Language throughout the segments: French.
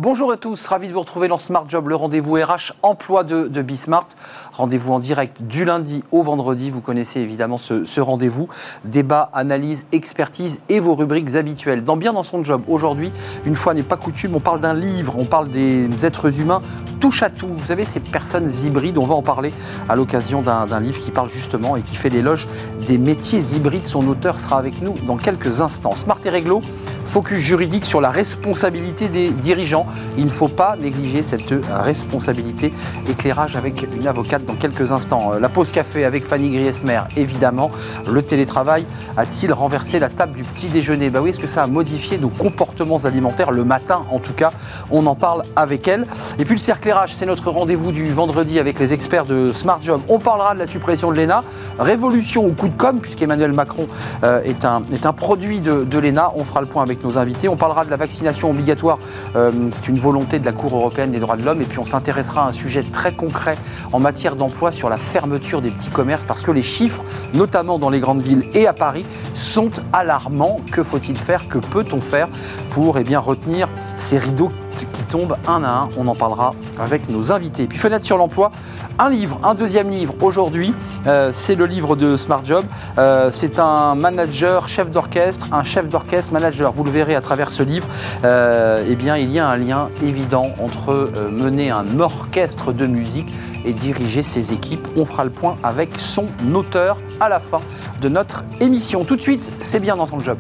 Bonjour à tous, ravi de vous retrouver dans Smart Job, le rendez-vous RH emploi de Bismart. Rendez-vous en direct du lundi au vendredi. Vous connaissez évidemment ce rendez-vous. Débat, analyse, expertise et vos rubriques habituelles. Dans Bien dans son job, aujourd'hui, une fois n'est pas coutume, on parle d'un livre, on parle des êtres humains touche à tout. Vous savez, ces personnes hybrides, on va en parler à l'occasion d'un livre qui parle justement et qui fait l'éloge des métiers hybrides. Son auteur sera avec nous dans quelques instants. Smart et Réglo, focus juridique sur la responsabilité des dirigeants. Il ne faut pas négliger cette responsabilité. Éclairage avec une avocate dans quelques instants. La pause café avec Fanny Griesmer, évidemment. Le télétravail a-t-il renversé la table du petit déjeuner ? Oui, est-ce que ça a modifié nos comportements alimentaires, le matin en tout cas? On en parle avec elle. Et puis le cercle RH, c'est notre rendez-vous du vendredi avec les experts de Smart Job. On parlera de la suppression de l'ENA, révolution ou coup de com', puisqu'Emmanuel Macron est un produit de l'ENA. On fera le point avec nos invités. On parlera de la vaccination obligatoire. C'est une volonté de la Cour européenne des droits de l'homme. Et puis on s'intéressera à un sujet très concret en matière d'emploi sur la fermeture des petits commerces, parce que les chiffres, notamment dans les grandes villes et à Paris, sont alarmants. Que faut-il faire? Que peut-on faire pour retenir ces rideaux qui tombent un à un? On en parlera avec nos invités. Puis fenêtre sur l'emploi, un livre, un deuxième livre aujourd'hui, c'est le livre de Smart Job. C'est un manager, chef d'orchestre, un chef d'orchestre, manager. Vous le verrez à travers ce livre. Il y a un lien évident entre mener un orchestre de musique et diriger ses équipes. On fera le point avec son auteur à la fin de notre émission. Tout de suite, c'est Bien dans son job.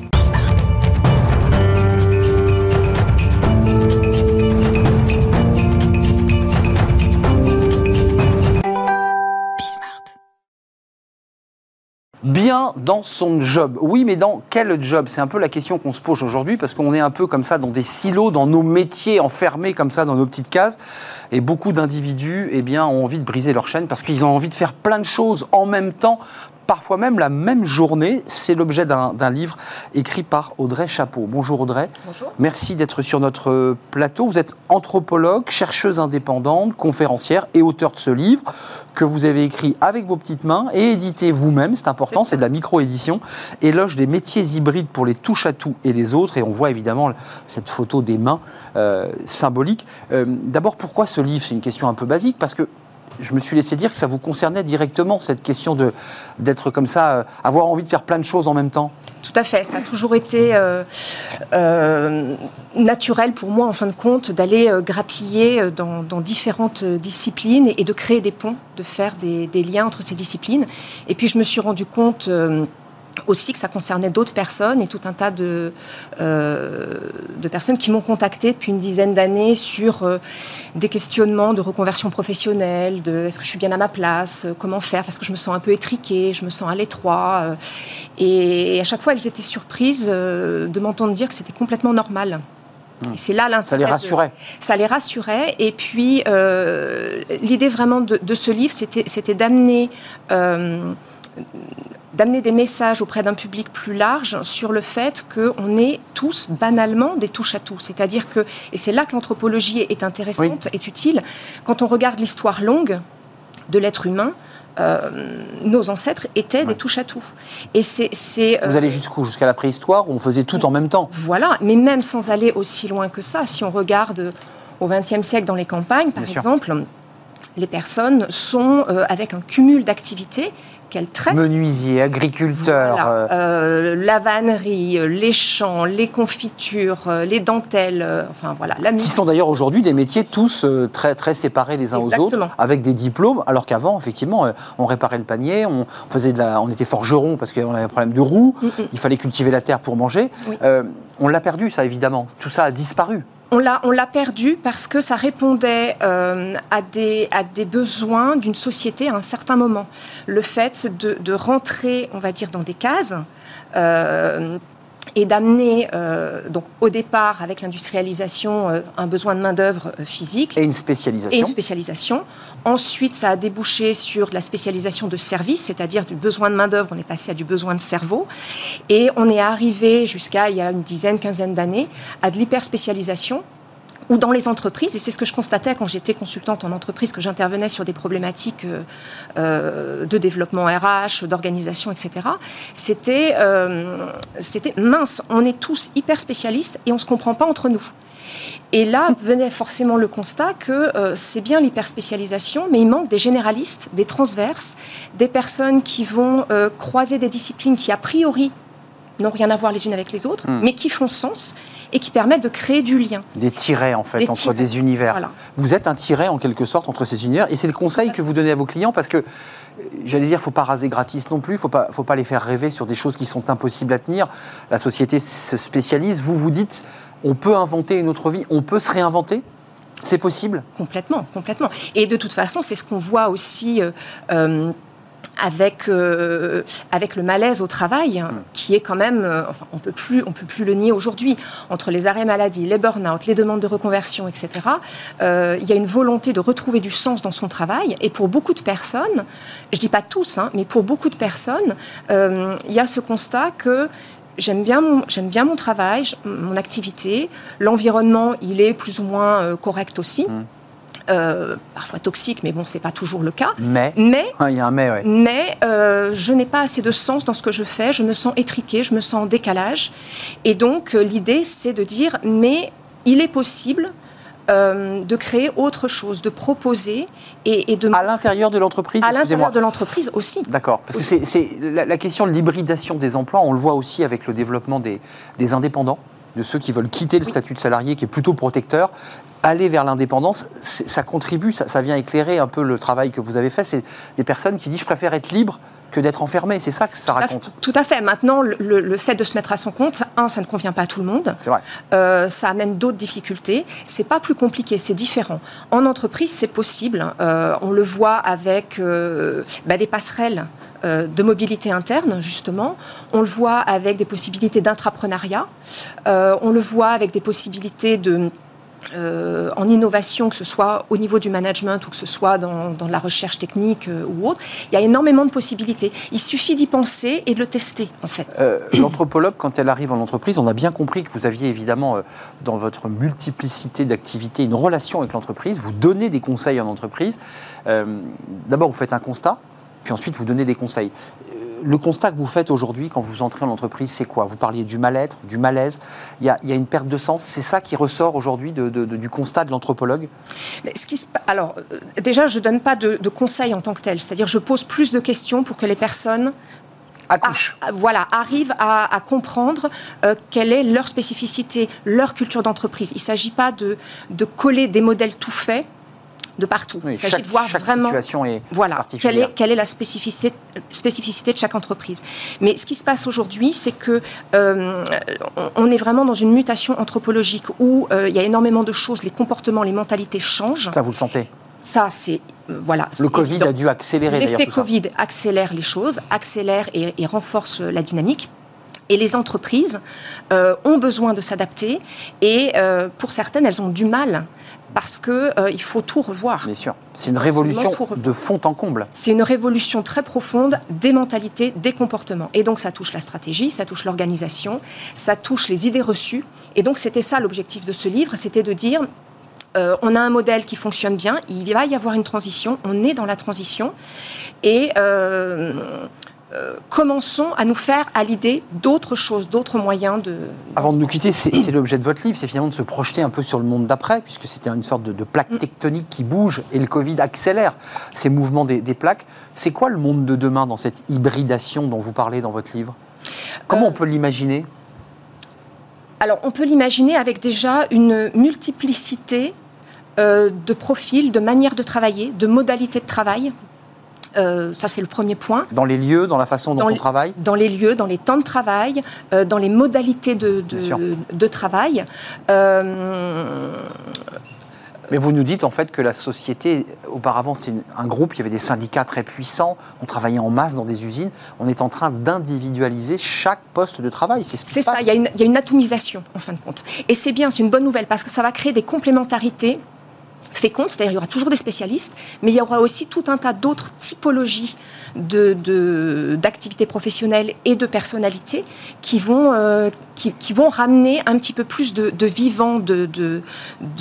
Bien dans son job. Oui, mais dans quel job? C'est un peu la question qu'on se pose aujourd'hui, parce qu'on est un peu comme ça dans des silos, dans nos métiers, enfermés comme ça dans nos petites cases. Et beaucoup d'individus ont envie de briser leur chaîne parce qu'ils ont envie de faire plein de choses en même temps, parfois même la même journée. C'est l'objet d'un livre écrit par Audrey Chapeau. Bonjour Audrey. Bonjour. Merci d'être sur notre plateau. Vous êtes anthropologue, chercheuse indépendante, conférencière et auteur de ce livre que vous avez écrit avec vos petites mains et édité vous-même. C'est important, c'est de la micro-édition. Éloge des métiers hybrides pour les touche-à-tout et les autres. Et on voit évidemment cette photo des mains symbolique. D'abord, pourquoi ce livre? C'est une question un peu basique, parce que je me suis laissé dire que ça vous concernait directement, cette question d'être comme ça, avoir envie de faire plein de choses en même temps. Tout à fait, ça a toujours été naturel pour moi, en fin de compte, d'aller grappiller dans différentes disciplines et de créer des ponts, de faire des liens entre ces disciplines. Et puis je me suis rendu compte aussi que ça concernait d'autres personnes et tout un tas de personnes qui m'ont contacté depuis une dizaine d'années sur des questionnements de reconversion professionnelle, de est-ce que je suis bien à ma place, comment faire, parce que je me sens un peu étriquée, je me sens à l'étroit. Et à chaque fois, elles étaient surprises de m'entendre dire que c'était complètement normal. Et c'est là l'intérêt. Ça les rassurait. Ça les rassurait. Et puis, l'idée vraiment de ce livre, c'était d'amener des messages auprès d'un public plus large sur le fait qu'on est tous banalement des touche-à-tout. C'est-à-dire que, et c'est là que l'anthropologie est intéressante, est utile, quand on regarde l'histoire longue de l'être humain, nos ancêtres étaient des touche-à-tout. Et Vous allez jusqu'où? Jusqu'à la préhistoire, où on faisait tout en même temps? Voilà, mais même sans aller aussi loin que ça, si on regarde au XXe siècle dans les campagnes, par exemple, les personnes sont avec un cumul d'activités qu'elles tressent. Menuisiers, agriculteurs. Voilà. La vannerie, les champs, les confitures, les dentelles, la musique. Qui sont d'ailleurs aujourd'hui des métiers tous très, très séparés les uns aux autres, avec des diplômes, alors qu'avant, effectivement, on réparait le panier, on était forgeron parce qu'on avait un problème de roue, il fallait cultiver la terre pour manger. Oui. On l'a perdu, ça, évidemment. Tout ça a disparu. On l'a perdu parce que ça répondait à des besoins d'une société à un certain moment. Le fait de rentrer, on va dire, dans des cases et d'amener, donc au départ, avec l'industrialisation, un besoin de main-d'œuvre physique. Et une spécialisation. Ensuite, ça a débouché sur la spécialisation de services, c'est-à-dire du besoin de main-d'œuvre, on est passé à du besoin de cerveau. Et on est arrivé jusqu'à, il y a une quinzaine d'années, à de l'hyperspécialisation, ou dans les entreprises, et c'est ce que je constatais quand j'étais consultante en entreprise, que j'intervenais sur des problématiques de développement RH, d'organisation, etc. C'était mince, on est tous hyper spécialistes et on ne se comprend pas entre nous. Et là venait forcément le constat que c'est bien l'hyperspécialisation, mais il manque des généralistes, des transverses, des personnes qui vont croiser des disciplines qui a priori n'ont rien à voir les unes avec les autres, mais qui font sens et qui permettent de créer du lien. Des tirets, en fait, entre des univers. Voilà. Vous êtes un tiret, en quelque sorte, entre ces univers, et c'est le conseil que vous donnez à vos clients, parce que, j'allais dire, il ne faut pas raser gratis non plus, il ne faut pas les faire rêver sur des choses qui sont impossibles à tenir. La société se spécialise. Vous dites, on peut inventer une autre vie, on peut se réinventer. C'est possible ? Complètement. Et de toute façon, c'est ce qu'on voit aussi... Avec le malaise au travail, qui est quand même, on peut plus le nier aujourd'hui, entre les arrêts maladie, les burn-out, les demandes de reconversion, etc. Il y a une volonté de retrouver du sens dans son travail, et pour beaucoup de personnes, je dis pas tous, mais pour beaucoup de personnes, il y a ce constat que j'aime bien mon travail, mon activité, l'environnement, il est plus ou moins correct aussi. Parfois toxique, mais bon, c'est pas toujours le cas. Mais il y a un mais, ouais. Mais je n'ai pas assez de sens dans ce que je fais. Je me sens étriquée, je me sens en décalage. Et donc, l'idée, c'est de dire, mais il est possible de créer autre chose, de proposer et de... À l'intérieur de l'entreprise, à l'intérieur de l'entreprise aussi. D'accord, parce que c'est la question de l'hybridation des emplois, on le voit aussi avec le développement des indépendants, de ceux qui veulent quitter le statut de salarié qui est plutôt protecteur, aller vers l'indépendance, ça contribue, ça vient éclairer un peu le travail que vous avez fait. C'est des personnes qui disent « je préfère être libre que d'être enfermé ». C'est ça que ça raconte. Tout à fait. Maintenant, le fait de se mettre à son compte, ça ne convient pas à tout le monde. C'est vrai. Ça amène d'autres difficultés. C'est pas plus compliqué, c'est différent. En entreprise, c'est possible. On le voit avec des passerelles de mobilité interne, justement. On le voit avec des possibilités d'intrapreneuriat. On le voit avec des possibilités en innovation, que ce soit au niveau du management ou que ce soit dans la recherche technique ou autre. Il y a énormément de possibilités. Il suffit d'y penser et de le tester, en fait. L'anthropologue, quand elle arrive en entreprise, on a bien compris que vous aviez évidemment, dans votre multiplicité d'activités, une relation avec l'entreprise. Vous donnez des conseils en entreprise. D'abord, vous faites un constat, puis ensuite, vous donnez des conseils. Le constat que vous faites aujourd'hui quand vous entrez en entreprise, c'est quoi ? Vous parliez du mal-être, du malaise. Il y a une perte de sens. C'est ça qui ressort aujourd'hui du constat de l'anthropologue ? Alors, déjà, je ne donne pas de conseils en tant que tel. C'est-à-dire, je pose plus de questions pour que les personnes arrivent à comprendre quelle est leur spécificité, leur culture d'entreprise. Il ne s'agit pas de coller des modèles tout faits de partout. Oui, il s'agit de voir chaque vraiment situation est particulière. quelle est la spécificité de chaque entreprise. Mais ce qui se passe aujourd'hui, c'est que on est vraiment dans une mutation anthropologique où il y a énormément de choses, les comportements, les mentalités changent. Ça, vous le sentez ? Ça, c'est... Le Covid a dû accélérer d'ailleurs tout ça. L'effet Covid accélère les choses, accélère et renforce la dynamique. Et les entreprises ont besoin de s'adapter et pour certaines, elles ont du mal parce qu'il faut tout revoir. Bien sûr. C'est une révolution de fond en comble. C'est une révolution très profonde des mentalités, des comportements. Et donc, ça touche la stratégie, ça touche l'organisation, ça touche les idées reçues. Et donc, c'était ça l'objectif de ce livre, c'était de dire... on a un modèle qui fonctionne bien, il va y avoir une transition, on est dans la transition, et commençons à nous faire à l'idée d'autres choses, d'autres moyens de... Avant de nous quitter, c'est l'objet de votre livre, c'est finalement de se projeter un peu sur le monde d'après, puisque c'était une sorte de plaque tectonique qui bouge, et le Covid accélère ces mouvements des plaques. C'est quoi le monde de demain dans cette hybridation dont vous parlez dans votre livre ? Comment on peut l'imaginer ? Alors, on peut l'imaginer avec déjà une multiplicité de profils, de manières de travailler, de modalités de travail. Ça, c'est le premier point. Dans les lieux, dans la façon dont on travaille ? Dans les lieux, dans les temps de travail, dans les modalités de travail. Mais vous nous dites en fait que la société, auparavant c'était un groupe, il y avait des syndicats très puissants, on travaillait en masse dans des usines, on est en train d'individualiser chaque poste de travail. C'est ce qui se passe. C'est ça, il y a une atomisation en fin de compte. Et c'est bien, c'est une bonne nouvelle parce que ça va créer des complémentarités fécondes, c'est-à-dire il y aura toujours des spécialistes, mais il y aura aussi tout un tas d'autres typologies d'activités professionnelles et de personnalités qui vont ramener un petit peu plus de vivant, de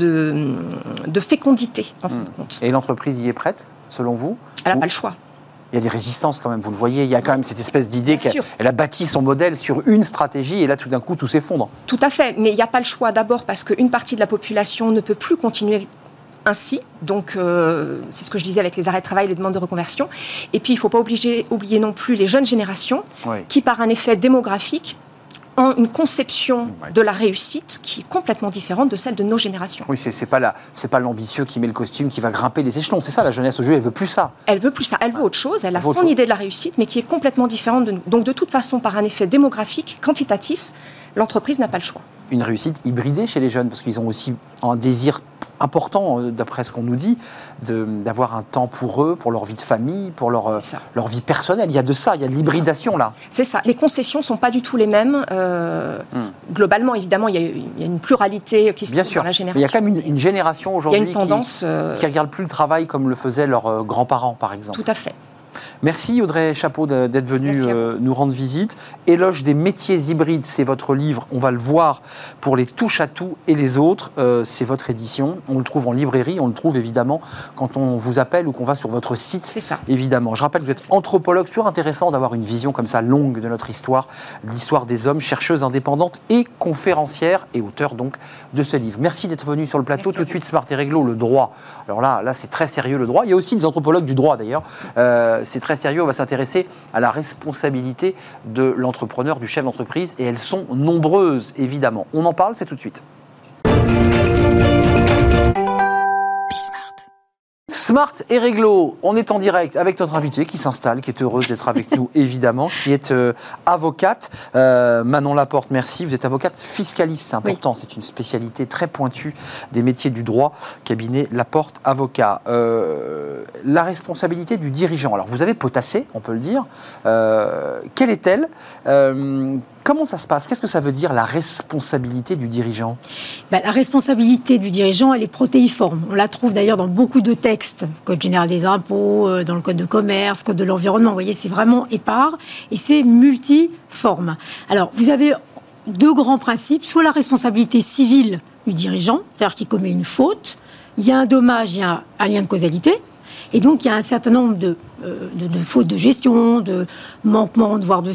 fécondité, en fin de compte. Et l'entreprise y est prête, selon vous ? Elle n'a pas le choix. Il y a des résistances quand même, vous le voyez. Il y a quand même cette espèce d'idée qu'elle a bâti son modèle sur une stratégie et là, tout d'un coup, tout s'effondre. Tout à fait, mais il n'y a pas le choix. D'abord parce qu'une partie de la population ne peut plus continuer ainsi. Donc, c'est ce que je disais avec les arrêts de travail, les demandes de reconversion. Et puis, il ne faut pas oublier non plus les jeunes générations qui, par un effet démographique, ont une conception de la réussite qui est complètement différente de celle de nos générations. Oui, c'est pas l'ambitieux qui met le costume, qui va grimper les échelons. C'est ça, la jeunesse aujourd'hui, elle veut plus ça. Elle veut plus ça, elle veut autre chose, elle a son idée de la réussite, mais qui est complètement différente. Donc de toute façon, par un effet démographique, quantitatif, l'entreprise n'a pas le choix. Une réussite hybridée chez les jeunes, parce qu'ils ont aussi un désir important, d'après ce qu'on nous dit, d'avoir un temps pour eux, pour leur vie de famille, pour leur vie personnelle. Il y a de ça, il y a de l'hybridation là. C'est ça. Les concessions ne sont pas du tout les mêmes. Globalement, évidemment, il y a une pluralité qui se trouve dans la génération. Mais il y a quand même une génération aujourd'hui qui ne regarde plus le travail comme le faisaient leurs grands-parents, par exemple. Tout à fait. Merci Audrey Chapeau d'être venue nous rendre visite. Éloge des métiers hybrides, c'est votre livre. On va le voir pour les touches à tout et les autres. C'est votre édition. On le trouve en librairie. On le trouve évidemment quand on vous appelle ou qu'on va sur votre site. C'est ça. Évidemment. Je rappelle que vous êtes anthropologue. C'est toujours intéressant d'avoir une vision comme ça longue de notre histoire, l'histoire des hommes, chercheuse indépendante et conférencière et auteur donc de ce livre. Merci d'être venue sur le plateau. Tout de suite, Smart et Réglo, le droit. Alors là c'est très sérieux le droit. Il y a aussi des anthropologues du droit d'ailleurs. C'est très sérieux, on va s'intéresser à la responsabilité de l'entrepreneur, du chef d'entreprise, et elles sont nombreuses, évidemment. On en parle, c'est tout de suite. Smart et Réglo, on est en direct avec notre invitée qui s'installe, qui est heureuse d'être avec nous, évidemment, qui est avocate. Manon Laporte, merci. Vous êtes avocate fiscaliste, c'est important, oui. C'est une spécialité très pointue des métiers du droit, cabinet Laporte Avocat. La responsabilité du dirigeant, alors vous avez potassé, on peut le dire. Quelle est-elle ? Comment ça se passe ? Qu'est-ce que ça veut dire, la responsabilité du dirigeant ? La responsabilité du dirigeant, elle est protéiforme. On la trouve d'ailleurs dans beaucoup de textes. Code général des impôts, dans le code de commerce, code de l'environnement. Vous voyez, c'est vraiment épars et c'est multiforme. Alors, vous avez deux grands principes. Soit la responsabilité civile du dirigeant, c'est-à-dire qu'il commet une faute. Il y a un dommage, il y a un lien de causalité. Et donc, il y a un certain nombre de fautes de gestion, de manquements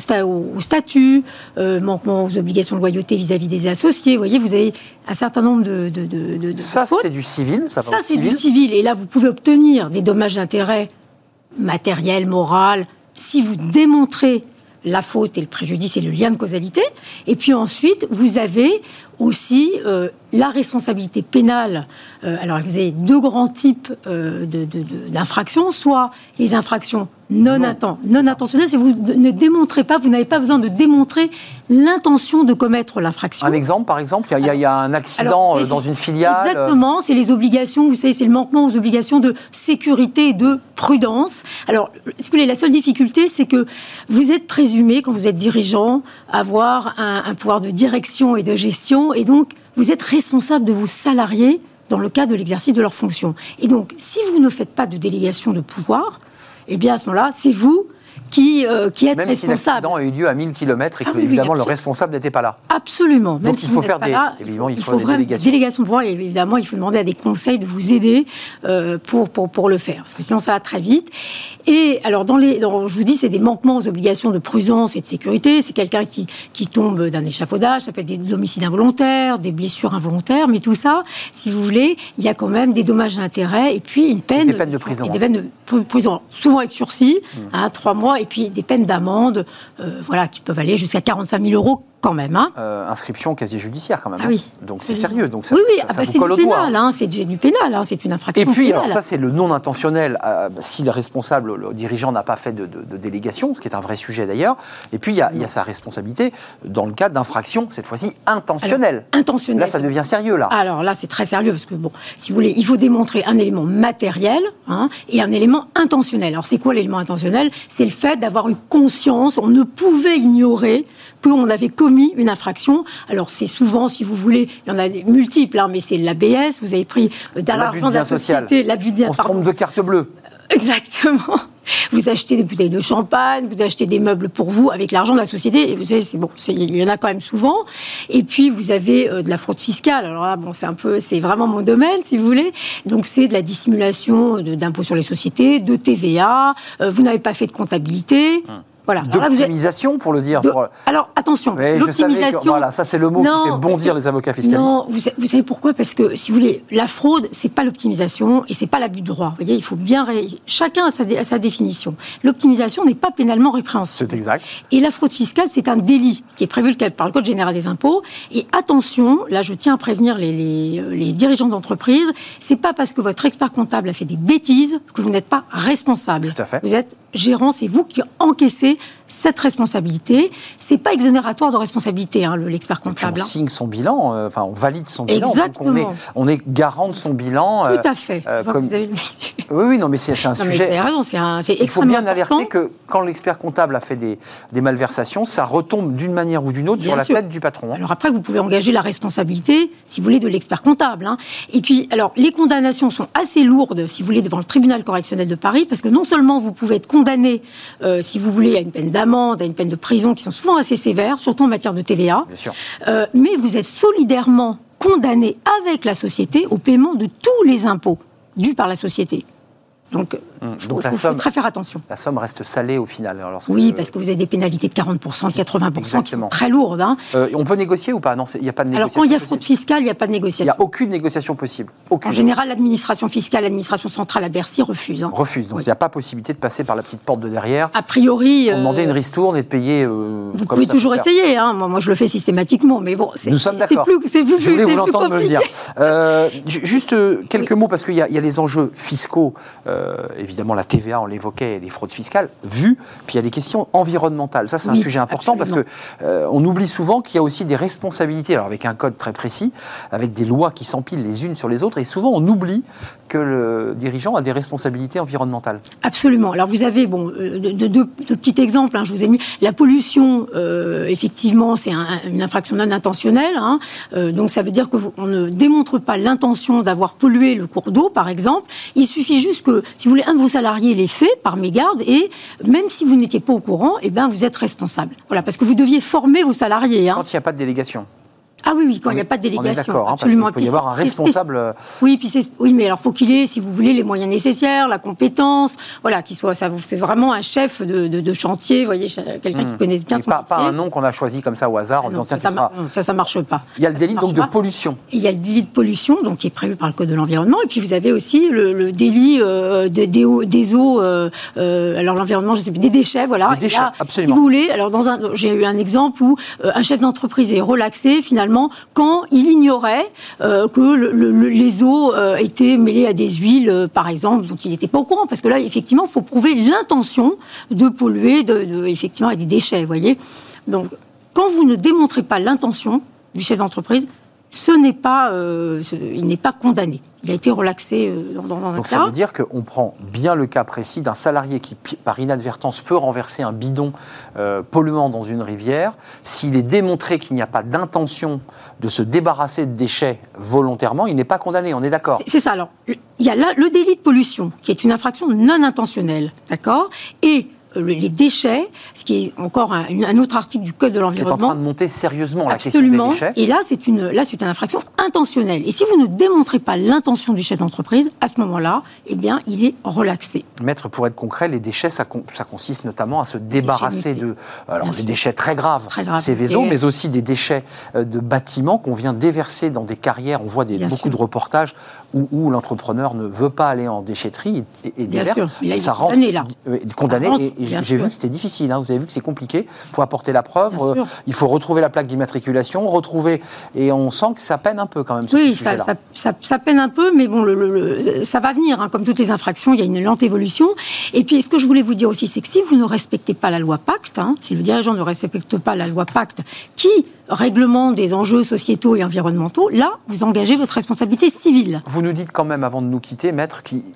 au statut, manquements aux obligations de loyauté vis-à-vis des associés. Vous voyez, vous avez un certain nombre de ça, fautes. C'est du civil, ça c'est du civil. Et là, vous pouvez obtenir des dommages d'intérêt matériels, moraux, si vous démontrez la faute et le préjudice et le lien de causalité. Et puis ensuite, vous avez aussi la responsabilité pénale. Alors, vous avez deux grands types d'infractions. Soit les infractions non intentionnelles, si vous ne démontrez pas, vous n'avez pas besoin de démontrer l'intention de commettre l'infraction. Un exemple, par exemple, il y a un accident dans une filiale. Exactement, c'est les obligations, vous savez, c'est le manquement aux obligations de sécurité et de prudence. Alors, si vous voulez, la seule difficulté, c'est que vous êtes présumé, quand vous êtes dirigeant, avoir un pouvoir de direction et de gestion, et donc vous êtes responsable de vos salariés dans le cadre de l'exercice de leurs fonctions. Et donc, si vous ne faites pas de délégation de pouvoir, eh bien, à ce moment-là, c'est vous qui êtes même responsable. Si l'accident a eu lieu à 1000 km et que, évidemment, le responsable n'était pas là. Absolument. Même donc, si il faut vous faire n'êtes pas là, évidemment, il faut vraiment des délégations de pouvoir. Et évidemment, il faut demander à des conseils de vous aider pour le faire. Parce que sinon, ça va très vite. Et alors, je vous dis, c'est des manquements aux obligations de prudence et de sécurité. C'est quelqu'un qui tombe d'un échafaudage. Ça peut être de l'homicide involontaire, des blessures involontaires. Mais tout ça, si vous voulez, il y a quand même des dommages d'intérêt et puis une peine. Des peines de prison. Et des peines de prison. Souvent avec sursis, 3 mois, et puis des peines d'amende, qui peuvent aller jusqu'à 45 000 € quand même. Inscription au casier judiciaire quand même. Ah oui. Donc c'est sérieux. Donc ça, ça c'est du pénal. C'est du pénal. C'est une infraction. Et puis, pénale. alors ça c'est le non intentionnel. Si le responsable, le dirigeant n'a pas fait de délégation, ce qui est un vrai sujet d'ailleurs. Et puis il y a sa responsabilité dans le cas d'infraction, cette fois-ci intentionnelle. Intentionnelle. Là ça devient sérieux là. Alors là c'est très sérieux parce que si vous voulez, il faut démontrer un élément matériel et un élément intentionnel. Alors c'est quoi l'élément intentionnel ? C'est le fait d'avoir eu conscience. On ne pouvait ignorer qu'on avait commis une infraction. Alors, c'est souvent, si vous voulez, il y en a des multiples, mais c'est l'ABS, vous avez pris l'argent de la société, l'abus de bien. On se trompe de carte bleue. Exactement. Vous achetez des bouteilles de champagne, vous achetez des meubles pour vous avec l'argent de la société. Et vous savez, il y en a quand même souvent. Et puis, vous avez de la fraude fiscale. Alors là, c'est vraiment mon domaine, si vous voulez. Donc, c'est de la dissimulation d'impôts sur les sociétés, de TVA. Vous n'avez pas fait de comptabilité. Voilà. D'optimisation, pour le dire. Alors, attention, l'optimisation... Voilà, ça, c'est le mot qui fait bondir les avocats fiscalistes. Non, vous savez pourquoi ? Parce que, si vous voulez, la fraude, c'est pas l'optimisation et c'est pas l'abus de droit. Vous voyez, il faut bien... Chacun a sa définition. L'optimisation n'est pas pénalement répréhensible. C'est exact. Et la fraude fiscale, c'est un délit qui est prévu par le Code général des impôts. Et attention, là, je tiens à prévenir les dirigeants d'entreprise, c'est pas parce que votre expert comptable a fait des bêtises que vous n'êtes pas responsable. Tout à fait. Vous êtes gérant, c'est vous qui encaissez cette responsabilité. C'est pas exonératoire de responsabilité, l'expert comptable. On signe son bilan, on valide son bilan. Exactement. Donc on est garant de son bilan. Tout à fait. Vous avez... Oui, non, mais c'est un sujet. Vous avez raison, c'est extrêmement Il faut bien important. alerter que quand l'expert comptable a fait des malversations, ça retombe d'une manière ou d'une autre sur la tête du patron. Alors après, vous pouvez engager la responsabilité, si vous voulez, de l'expert comptable. Et puis, alors, les condamnations sont assez lourdes, si vous voulez, devant le tribunal correctionnel de Paris, parce que non seulement vous pouvez être condamné, si vous voulez, à une peine d'amende, à une peine de prison, qui sont souvent assez sévères, surtout en matière de TVA. Bien sûr. Mais vous êtes solidairement condamné avec la société au paiement de tous les impôts dus par la société. Donc, il faut très faire attention. La somme reste salée au final. Oui, parce que vous avez des pénalités de 40%, de 80% qui sont très lourdes. On peut négocier ou pas ? Non, il n'y a pas de négociation. Alors, quand il y a fraude fiscale, il n'y a pas de négociation. Il n'y a aucune négociation possible. En général, l'administration fiscale, l'administration centrale à Bercy refuse. Refuse. Donc, il n'y a pas possibilité de passer par la petite porte de derrière. A priori... Pour demander une ristourne et de payer... vous pouvez toujours essayer. Moi, je le fais systématiquement. Mais bon, nous sommes d'accord. Je voulais vous l'entendre me le dire. Juste quelques mots, parce qu'il y a les enjeux fiscaux, évidemment, la TVA, on l'évoquait, les fraudes fiscales, puis il y a les questions environnementales. Ça, c'est un sujet important, absolument. parce qu'on oublie souvent qu'il y a aussi des responsabilités, alors avec un code très précis, avec des lois qui s'empilent les unes sur les autres, et souvent on oublie que le dirigeant a des responsabilités environnementales. Absolument. Alors vous avez deux petits exemples, je vous ai mis. La pollution, effectivement, c'est une infraction non intentionnelle. Donc ça veut dire qu'on ne démontre pas l'intention d'avoir pollué le cours d'eau, par exemple. Il suffit juste que, si vous voulez, un de vos salariés l'ait fait par mégarde, et même si vous n'étiez pas au courant, vous êtes responsable. Voilà, parce que vous deviez former vos salariés. Quand il n'y a pas de délégation. Ah oui, quand il n'y a pas de délégation. On est d'accord, absolument. Parce qu'il peut y avoir un responsable... Oui, mais alors il faut qu'il ait, si vous voulez, les moyens nécessaires, la compétence, voilà, qu'il soit, c'est vraiment un chef de chantier, vous voyez, quelqu'un qui connaisse bien son métier. Pas un nom qu'on a choisi comme ça au hasard, en disant ça marche pas. Il y a le délit donc de pollution. Il y a le délit de pollution, donc qui est prévu par le Code de l'environnement, et puis vous avez aussi le délit des eaux, alors l'environnement, je sais plus, des déchets, voilà. Des déchets, là, absolument. Si vous voulez, alors j'ai eu un exemple où un chef d'entreprise est relaxé, finalement, quand il ignorait que les eaux étaient mêlées à des huiles, par exemple, dont il n'était pas au courant. Parce que là, effectivement, il faut prouver l'intention de polluer, effectivement, avec des déchets, vous voyez. Donc, quand vous ne démontrez pas l'intention du chef d'entreprise, il n'est pas condamné. Il a été relaxé dans un cas. Donc ça veut dire qu'on prend bien le cas précis d'un salarié qui, par inadvertance, peut renverser un bidon polluant dans une rivière. S'il est démontré qu'il n'y a pas d'intention de se débarrasser de déchets volontairement, il n'est pas condamné, on est d'accord ? C'est ça. Alors, il y a là le délit de pollution, qui est une infraction non intentionnelle, d'accord ? Et les déchets, ce qui est encore un autre article du Code de l'environnement. Qui est en train de monter sérieusement la question des déchets. Et là, c'est une infraction intentionnelle. Et si vous ne démontrez pas l'intention du chef d'entreprise, à ce moment-là, il est relaxé. Maître, pour être concret, les déchets, ça consiste notamment à se débarrasser des déchets très graves, Céveso, mais aussi des déchets de bâtiments qu'on vient déverser dans des carrières. On voit beaucoup de reportages où l'entrepreneur ne veut pas aller en déchetterie et déverse. Bien sûr, mais là, il est condamné. Et j'ai vu que c'était difficile, vous avez vu que c'est compliqué. Il faut apporter la preuve, il faut retrouver la plaque d'immatriculation, et on sent que ça peine un peu quand même. Oui, ça peine un peu, mais bon, ça va venir. Comme toutes les infractions, il y a une lente évolution. Et puis, ce que je voulais vous dire aussi, c'est que si vous ne respectez pas la loi Pacte, si le dirigeant ne respecte pas la loi Pacte, qui réglemente des enjeux sociétaux et environnementaux, là, vous engagez votre responsabilité civile. Vous nous dites quand même, avant de nous quitter, Maître, qu'il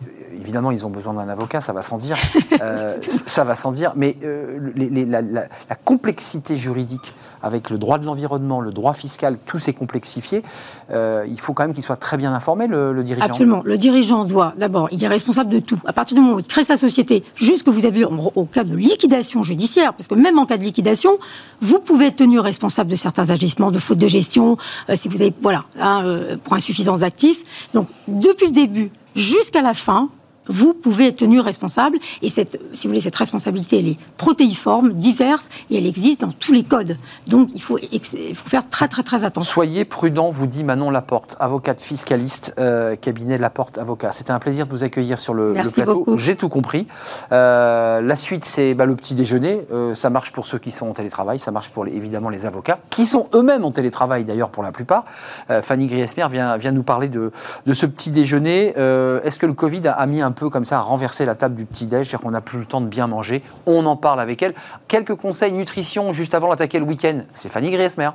évidemment, ils ont besoin d'un avocat, ça va sans dire. Ça va sans dire. Mais la complexité juridique avec le droit de l'environnement, le droit fiscal, tout s'est complexifié. Il faut quand même qu'il soit très bien informé, le dirigeant. Absolument. Le dirigeant doit, d'abord, il est responsable de tout. À partir du moment où il crée sa société, juste que vous avez au cas de liquidation judiciaire, parce que même en cas de liquidation, vous pouvez être tenu responsable de certains agissements, de faute de gestion, si vous avez, pour insuffisance d'actifs. Donc, depuis le début jusqu'à la fin, vous pouvez être tenu responsable. Et si vous voulez, cette responsabilité, elle est protéiforme, diverse, et elle existe dans tous les codes. Donc, il faut faire très, très, très attention. Soyez prudent, vous dit Manon Laporte, avocate fiscaliste, cabinet Laporte Avocat. C'était un plaisir de vous accueillir sur le plateau. Beaucoup. J'ai tout compris. La suite, c'est le petit déjeuner. Ça marche pour ceux qui sont en télétravail, ça marche pour évidemment les avocats, qui sont eux-mêmes en télétravail d'ailleurs pour la plupart. Fanny Griesmer vient nous parler de ce petit déjeuner. Est-ce que le Covid a mis un peu comme ça à renverser la table du petit-déj, c'est-à-dire qu'on n'a plus le temps de bien manger? On en parle avec elle. Quelques conseils nutrition juste avant d'attaquer le week-end. C'est Fanny Griesmer.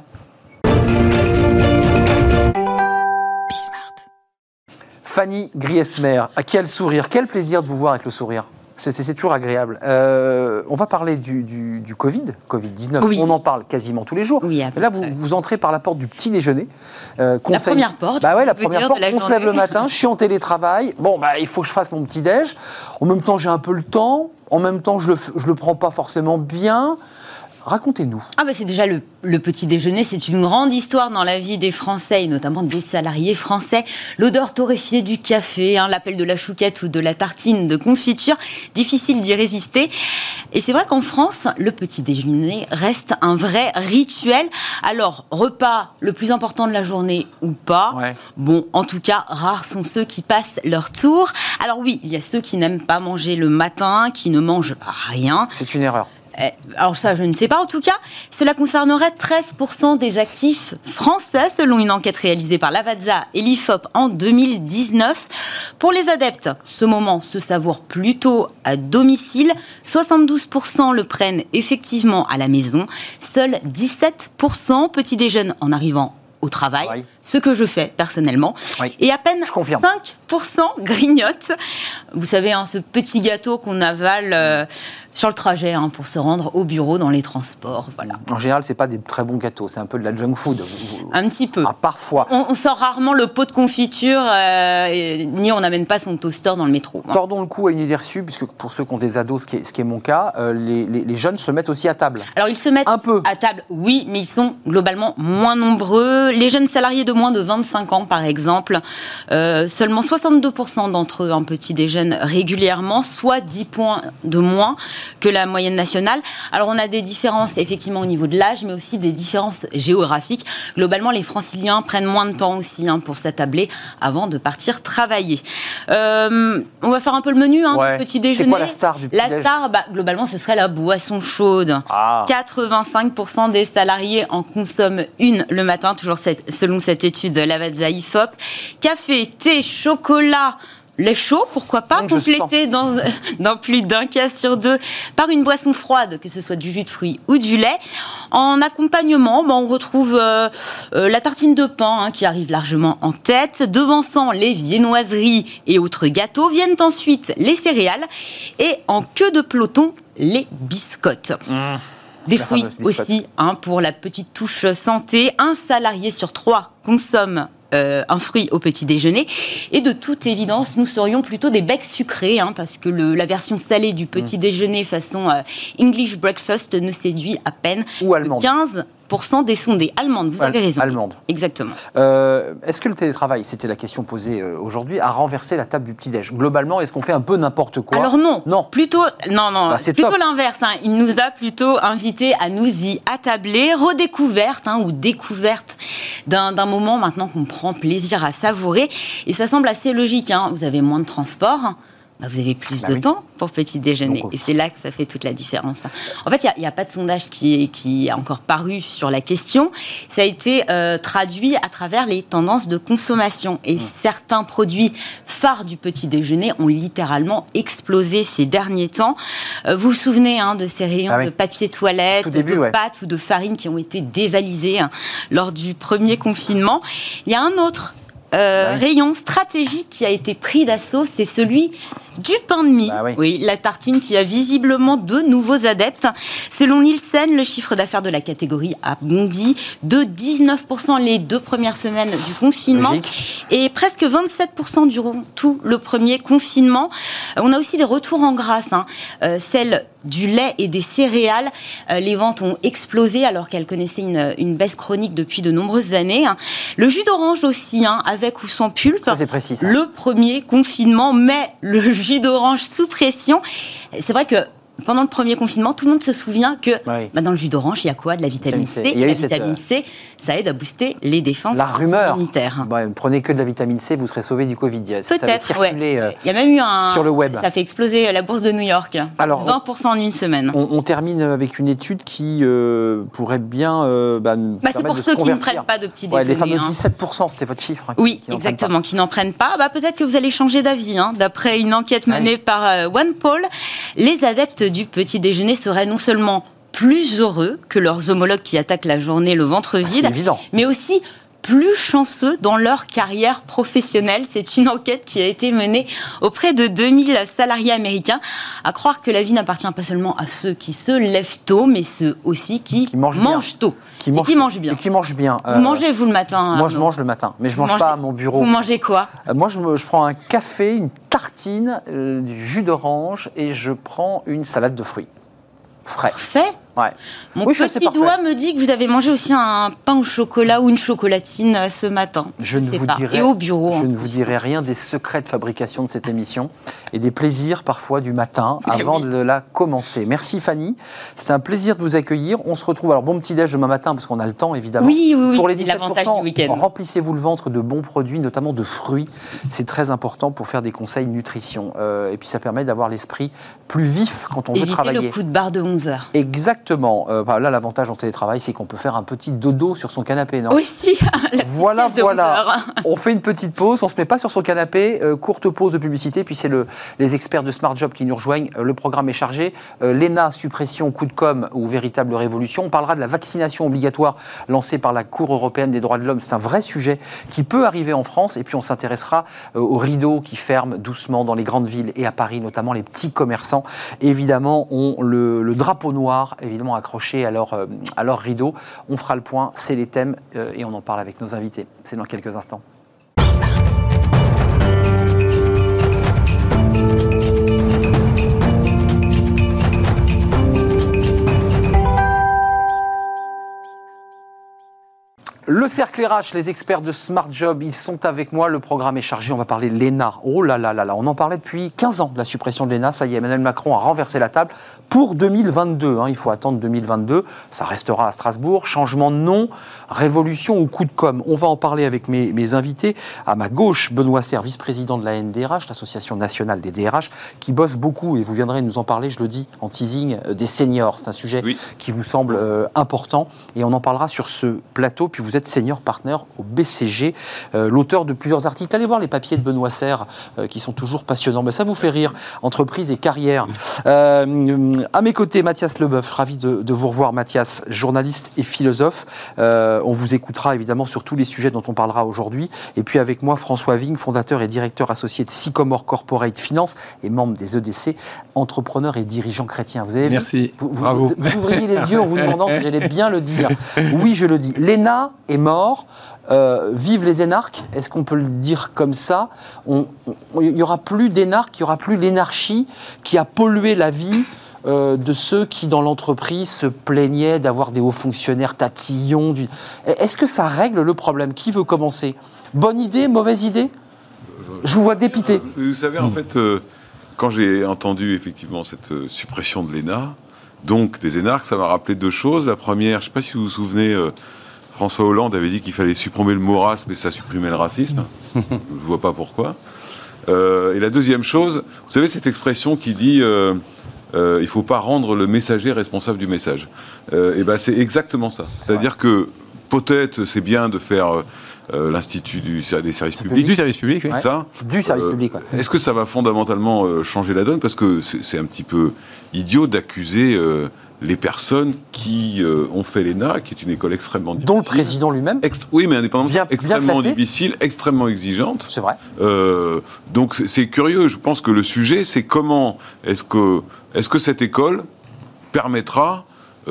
Fanny Griesmer, quel sourire, quel plaisir de vous voir avec le sourire. C'est toujours agréable. On va parler du Covid-19. Oui. On en parle quasiment tous les jours. Oui, là, vous entrez par la porte du petit déjeuner. La première porte. La première porte. On se lève le matin, je suis en télétravail. Il faut que je fasse mon petit déj. En même temps, j'ai un peu le temps. En même temps, je le prends pas forcément bien. Racontez-nous. C'est déjà le petit déjeuner, c'est une grande histoire dans la vie des Français, et notamment des salariés français. L'odeur torréfiée du café, l'appel de la chouquette ou de la tartine de confiture, difficile d'y résister. Et c'est vrai qu'en France, le petit déjeuner reste un vrai rituel. Alors, repas le plus important de la journée ou pas. Ouais. Bon, en tout cas, rares sont ceux qui passent leur tour. Alors oui, il y a ceux qui n'aiment pas manger le matin, qui ne mangent rien. C'est une erreur. Alors ça, je ne sais pas. En tout cas, cela concernerait 13% des actifs français, selon une enquête réalisée par Lavazza et l'IFOP en 2019. Pour les adeptes, ce moment se savoure plutôt à domicile. 72% le prennent effectivement à la maison. Seuls 17% petit déjeunent en arrivant au travail, oui. Ce que je fais personnellement, oui. Et à peine 5% grignotent. Vous savez, ce petit gâteau qu'on avale sur le trajet pour se rendre au bureau dans les transports. Voilà. En général, c'est pas des très bons gâteaux, c'est un peu de la junk food. Un petit peu. Parfois. On sort rarement le pot de confiture, ni on n'amène pas son toaster dans le métro. Tordons le cou à une idée reçue, puisque pour ceux qui ont des ados, ce qui est mon cas, les jeunes se mettent aussi à table. Alors ils se mettent un peu à table, oui, mais ils sont globalement moins nombreux. Les jeunes salariés de moins de 25 ans, par exemple, seulement 62% d'entre eux en petit déjeunent régulièrement, soit 10 points de moins que la moyenne nationale. Alors on a des différences effectivement au niveau de l'âge, mais aussi des différences géographiques. Globalement, les franciliens prennent moins de temps aussi pour s'attabler avant de partir travailler. On va faire un peu le menu du petit déjeuner. C'est quoi la star du petit déjeuner ? La star, globalement, ce serait la boisson chaude. 85% des salariés en consomment une le matin, toujours selon cette étude Lavazza IFOP. Café, thé, chocolat, lait chaud, pourquoi pas, complété dans plus d'un cas sur deux par une boisson froide, que ce soit du jus de fruits ou du lait. En accompagnement, on retrouve la tartine de pain qui arrive largement en tête. Devançant les viennoiseries et autres gâteaux, viennent ensuite les céréales et en queue de peloton, les biscottes. Des fruits aussi, pour la petite touche santé. Un salarié sur 3 consomme un fruit au petit déjeuner. Et de toute évidence, nous serions plutôt des becs sucrés, parce que la version salée du petit déjeuner façon English breakfast ne séduit à peine 15% des sondés. Allemande, vous avez raison. Allemande. Exactement. Est-ce que le télétravail, c'était la question posée aujourd'hui, a renversé la table du petit-déj ? Globalement, est-ce qu'on fait un peu n'importe quoi ? Alors non. Plutôt top. L'inverse. Il nous a plutôt invités à nous y attabler, redécouverte ou découverte d'un moment maintenant qu'on prend plaisir à savourer. Et ça semble assez logique. Vous avez moins de transport. Vous avez plus de temps pour petit déjeuner. Et c'est là que ça fait toute la différence. En fait, il n'y a pas de sondage qui a encore paru sur la question. Ça a été traduit à travers les tendances de consommation. Et certains produits phares du petit déjeuner ont littéralement explosé ces derniers temps. Vous vous souvenez de ces rayons de papier toilette, de pâtes ou de farine qui ont été dévalisés lors du premier confinement. Il y a un autre rayon stratégique qui a été pris d'assaut, c'est celui du pain de mie. Oui, la tartine qui a visiblement de nouveaux adeptes. Selon Nielsen, le chiffre d'affaires de la catégorie a bondi de 19% les 2 premières semaines du confinement. Logique. Et presque 27% durant tout le premier confinement. On a aussi des retours en grâce, celle du lait et des céréales. Les ventes ont explosé alors qu'elles connaissaient une baisse chronique depuis de nombreuses années. Le jus d'orange aussi, avec ou sans pulpe. Ça, c'est précis, ça. Le premier confinement met le jus d'orange sous pression. C'est vrai que pendant le premier confinement, tout le monde se souvient que dans le jus d'orange, il y a quoi ? De la vitamine C. Et la vitamine C, ça aide à booster les défenses immunitaires. Prenez que de la vitamine C, vous serez sauvé du Covid. Peut-être, il y a même eu sur le web. Ça fait exploser la bourse de New York. Alors, 20% en une semaine. On termine avec une étude qui pourrait bien c'est pour ceux qui ne prennent pas de petit déjeuner. Les fameux 17%, c'était votre chiffre. Oui, exactement, qui n'en prennent pas. Peut-être que vous allez changer d'avis. D'après une enquête menée par OnePoll, les adeptes du petit déjeuner seraient non seulement plus heureux que leurs homologues qui attaquent la journée le ventre vide, mais aussi plus chanceux dans leur carrière professionnelle. C'est une enquête qui a été menée auprès de 2000 salariés américains. À croire que la vie n'appartient pas seulement à ceux qui se lèvent tôt, mais ceux aussi qui mangent tôt. Qui mangent bien. Et qui mangent bien. Vous mangez, vous, le matin? Moi, je mange le matin, mais je ne mange pas à mon bureau. Vous mangez quoi? Moi, je prends un café, une tartine, du jus d'orange et je prends une salade de fruits. Frais. Parfait. Ouais. Mon petit doigt me dit que vous avez mangé aussi un pain au chocolat ou une chocolatine ce matin. Et au bureau. Je ne vous dirai rien des secrets de fabrication de cette émission et des plaisirs parfois du matin avant de la commencer. Merci Fanny. C'est un plaisir de vous accueillir. On se retrouve, alors bon petit-déj demain matin parce qu'on a le temps évidemment. Oui. Pour les 17%, l'avantage du week-end. Remplissez-vous le ventre de bons produits, notamment de fruits. C'est très important pour faire des conseils nutrition. Et puis ça permet d'avoir l'esprit plus vif quand on veut travailler. Évitez le coup de barre de 11h. Exactement. Là, l'avantage en télétravail, c'est qu'on peut faire un petit dodo sur son canapé, non ? Aussi, voilà. On fait une petite pause, on ne se met pas sur son canapé. Courte pause de publicité, puis c'est les experts de Smart Job qui nous rejoignent. Le programme est chargé. L'ENA, suppression, coup de com' ou véritable révolution. On parlera de la vaccination obligatoire lancée par la Cour européenne des droits de l'homme. C'est un vrai sujet qui peut arriver en France. Et puis on s'intéressera aux rideaux qui ferment doucement dans les grandes villes et à Paris, notamment les petits commerçants. Évidemment, ont le drapeau noir, évidemment accrochés à leur rideau. On fera le point, c'est les thèmes et on en parle avec nos invités. C'est dans quelques instants. Le cercle RH, les experts de Smart Job, ils sont avec moi. Le programme est chargé. On va parler de l'ENA. Oh là là là là. On en parlait depuis 15 ans de la suppression de l'ENA. Ça y est, Emmanuel Macron a renversé la table pour 2022. Il faut attendre 2022. Ça restera à Strasbourg. Changement de nom, révolution ou coup de com'. On va en parler avec mes invités. À ma gauche, Benoît Serre, vice-président de la NDRH, l'Association nationale des DRH, qui bosse beaucoup, et vous viendrez nous en parler, je le dis, en teasing, des seniors. C'est un sujet qui vous semble important. Et on en parlera sur ce plateau. Puis vous êtes senior partner au BCG, l'auteur de plusieurs articles. Allez voir les papiers de Benoît Serre qui sont toujours passionnants. Mais ça vous fait rire, entreprise et carrière. À mes côtés, Mathias Leboeuf, ravi de vous revoir, Mathias, journaliste et philosophe. On vous écoutera évidemment sur tous les sujets dont on parlera aujourd'hui. Et puis avec moi, François Vigne, fondateur et directeur associé de Sycomore Corporate Finance et membre des EDC, entrepreneur et dirigeant chrétien. Vous avez Merci, bravo. Vous ouvriez les yeux en vous demandant si j'allais bien le dire. Oui, je le dis. L'ENA est mort. Vive les énarques, est-ce qu'on peut le dire comme ça? Il n'y aura plus d'énarques, il n'y aura plus l'énarchie qui a pollué la vie de ceux qui, dans l'entreprise, se plaignaient d'avoir des hauts fonctionnaires tatillons. Est-ce que ça règle le problème? Qui veut commencer? Bonne idée, mauvaise idée? Je vous vois dépité. Vous savez, en fait, quand j'ai entendu effectivement cette suppression de l'ENA, donc des énarques, ça m'a rappelé deux choses. La première, je ne sais pas si vous vous souvenez... François Hollande avait dit qu'il fallait supprimer le mot race, mais ça supprimait le racisme. Je ne vois pas pourquoi. Et la deuxième chose, vous savez cette expression qui dit il ne faut pas rendre le messager responsable du message. Et ben c'est exactement ça. C'est-à-dire que peut-être c'est bien de faire l'Institut des services publics. Du service public, oui. Ça, du service public. Ouais. Est-ce que ça va fondamentalement changer la donne? Parce que c'est un petit peu idiot d'accuser les personnes qui ont fait l'ENA, qui est une école extrêmement difficile. Dont le président lui-même. Oui, mais indépendamment, bien extrêmement classé. difficile, extrêmement exigeante. C'est vrai. Donc c'est curieux. Je pense que le sujet, c'est comment est-ce que cette école permettra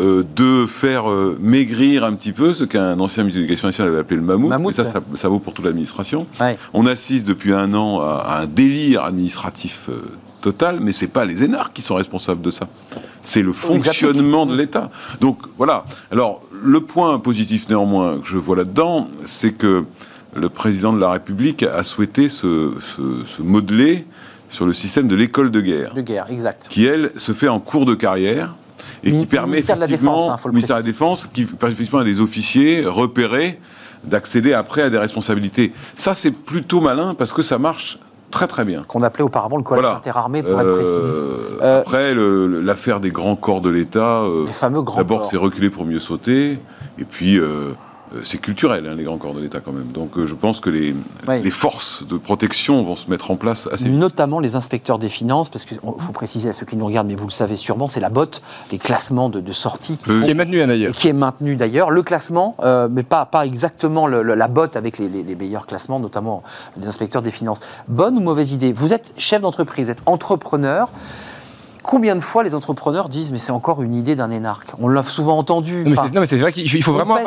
de faire maigrir un petit peu ce qu'un ancien ministre de l'Éducation nationale avait appelé le mammouth. Et ça vaut pour toute l'administration. Ouais. On assiste depuis un an à un délire administratif total, mais c'est pas les énarques qui sont responsables de ça. C'est le fonctionnement de l'État. Donc voilà. Alors le point positif néanmoins que je vois là-dedans, c'est que le président de la République a souhaité se modeler sur le système de l'école de guerre. De guerre, exact. Qui, elle, se fait en cours de carrière et qui permet ministère de la Défense, faut le ministère de la Défense, qui permet effectivement à des officiers repérés d'accéder après à des responsabilités. Ça, c'est plutôt malin parce que ça marche très très bien. Qu'on appelait auparavant le collège interarmé, pour être précis. Après, l'affaire des grands corps de l'État, les fameux grands d'abord corps. c'est reculer pour mieux sauter, et puis c'est culturel, les grands corps de l'État quand même. Donc je pense que les forces de protection vont se mettre en place assez vite. Notamment les inspecteurs des finances, parce qu'il faut préciser à ceux qui nous regardent, mais vous le savez sûrement, c'est la BOT, les classements de sortie. Qui est maintenu d'ailleurs. Qui est maintenu d'ailleurs. Le classement, mais pas exactement la BOT avec les meilleurs classements, notamment les inspecteurs des finances. Bonne ou mauvaise idée? Vous êtes chef d'entreprise, vous êtes entrepreneur. Combien de fois les entrepreneurs disent mais c'est encore une idée d'un énarque? On l'a souvent entendu. Non, mais c'est vrai qu'il faut vraiment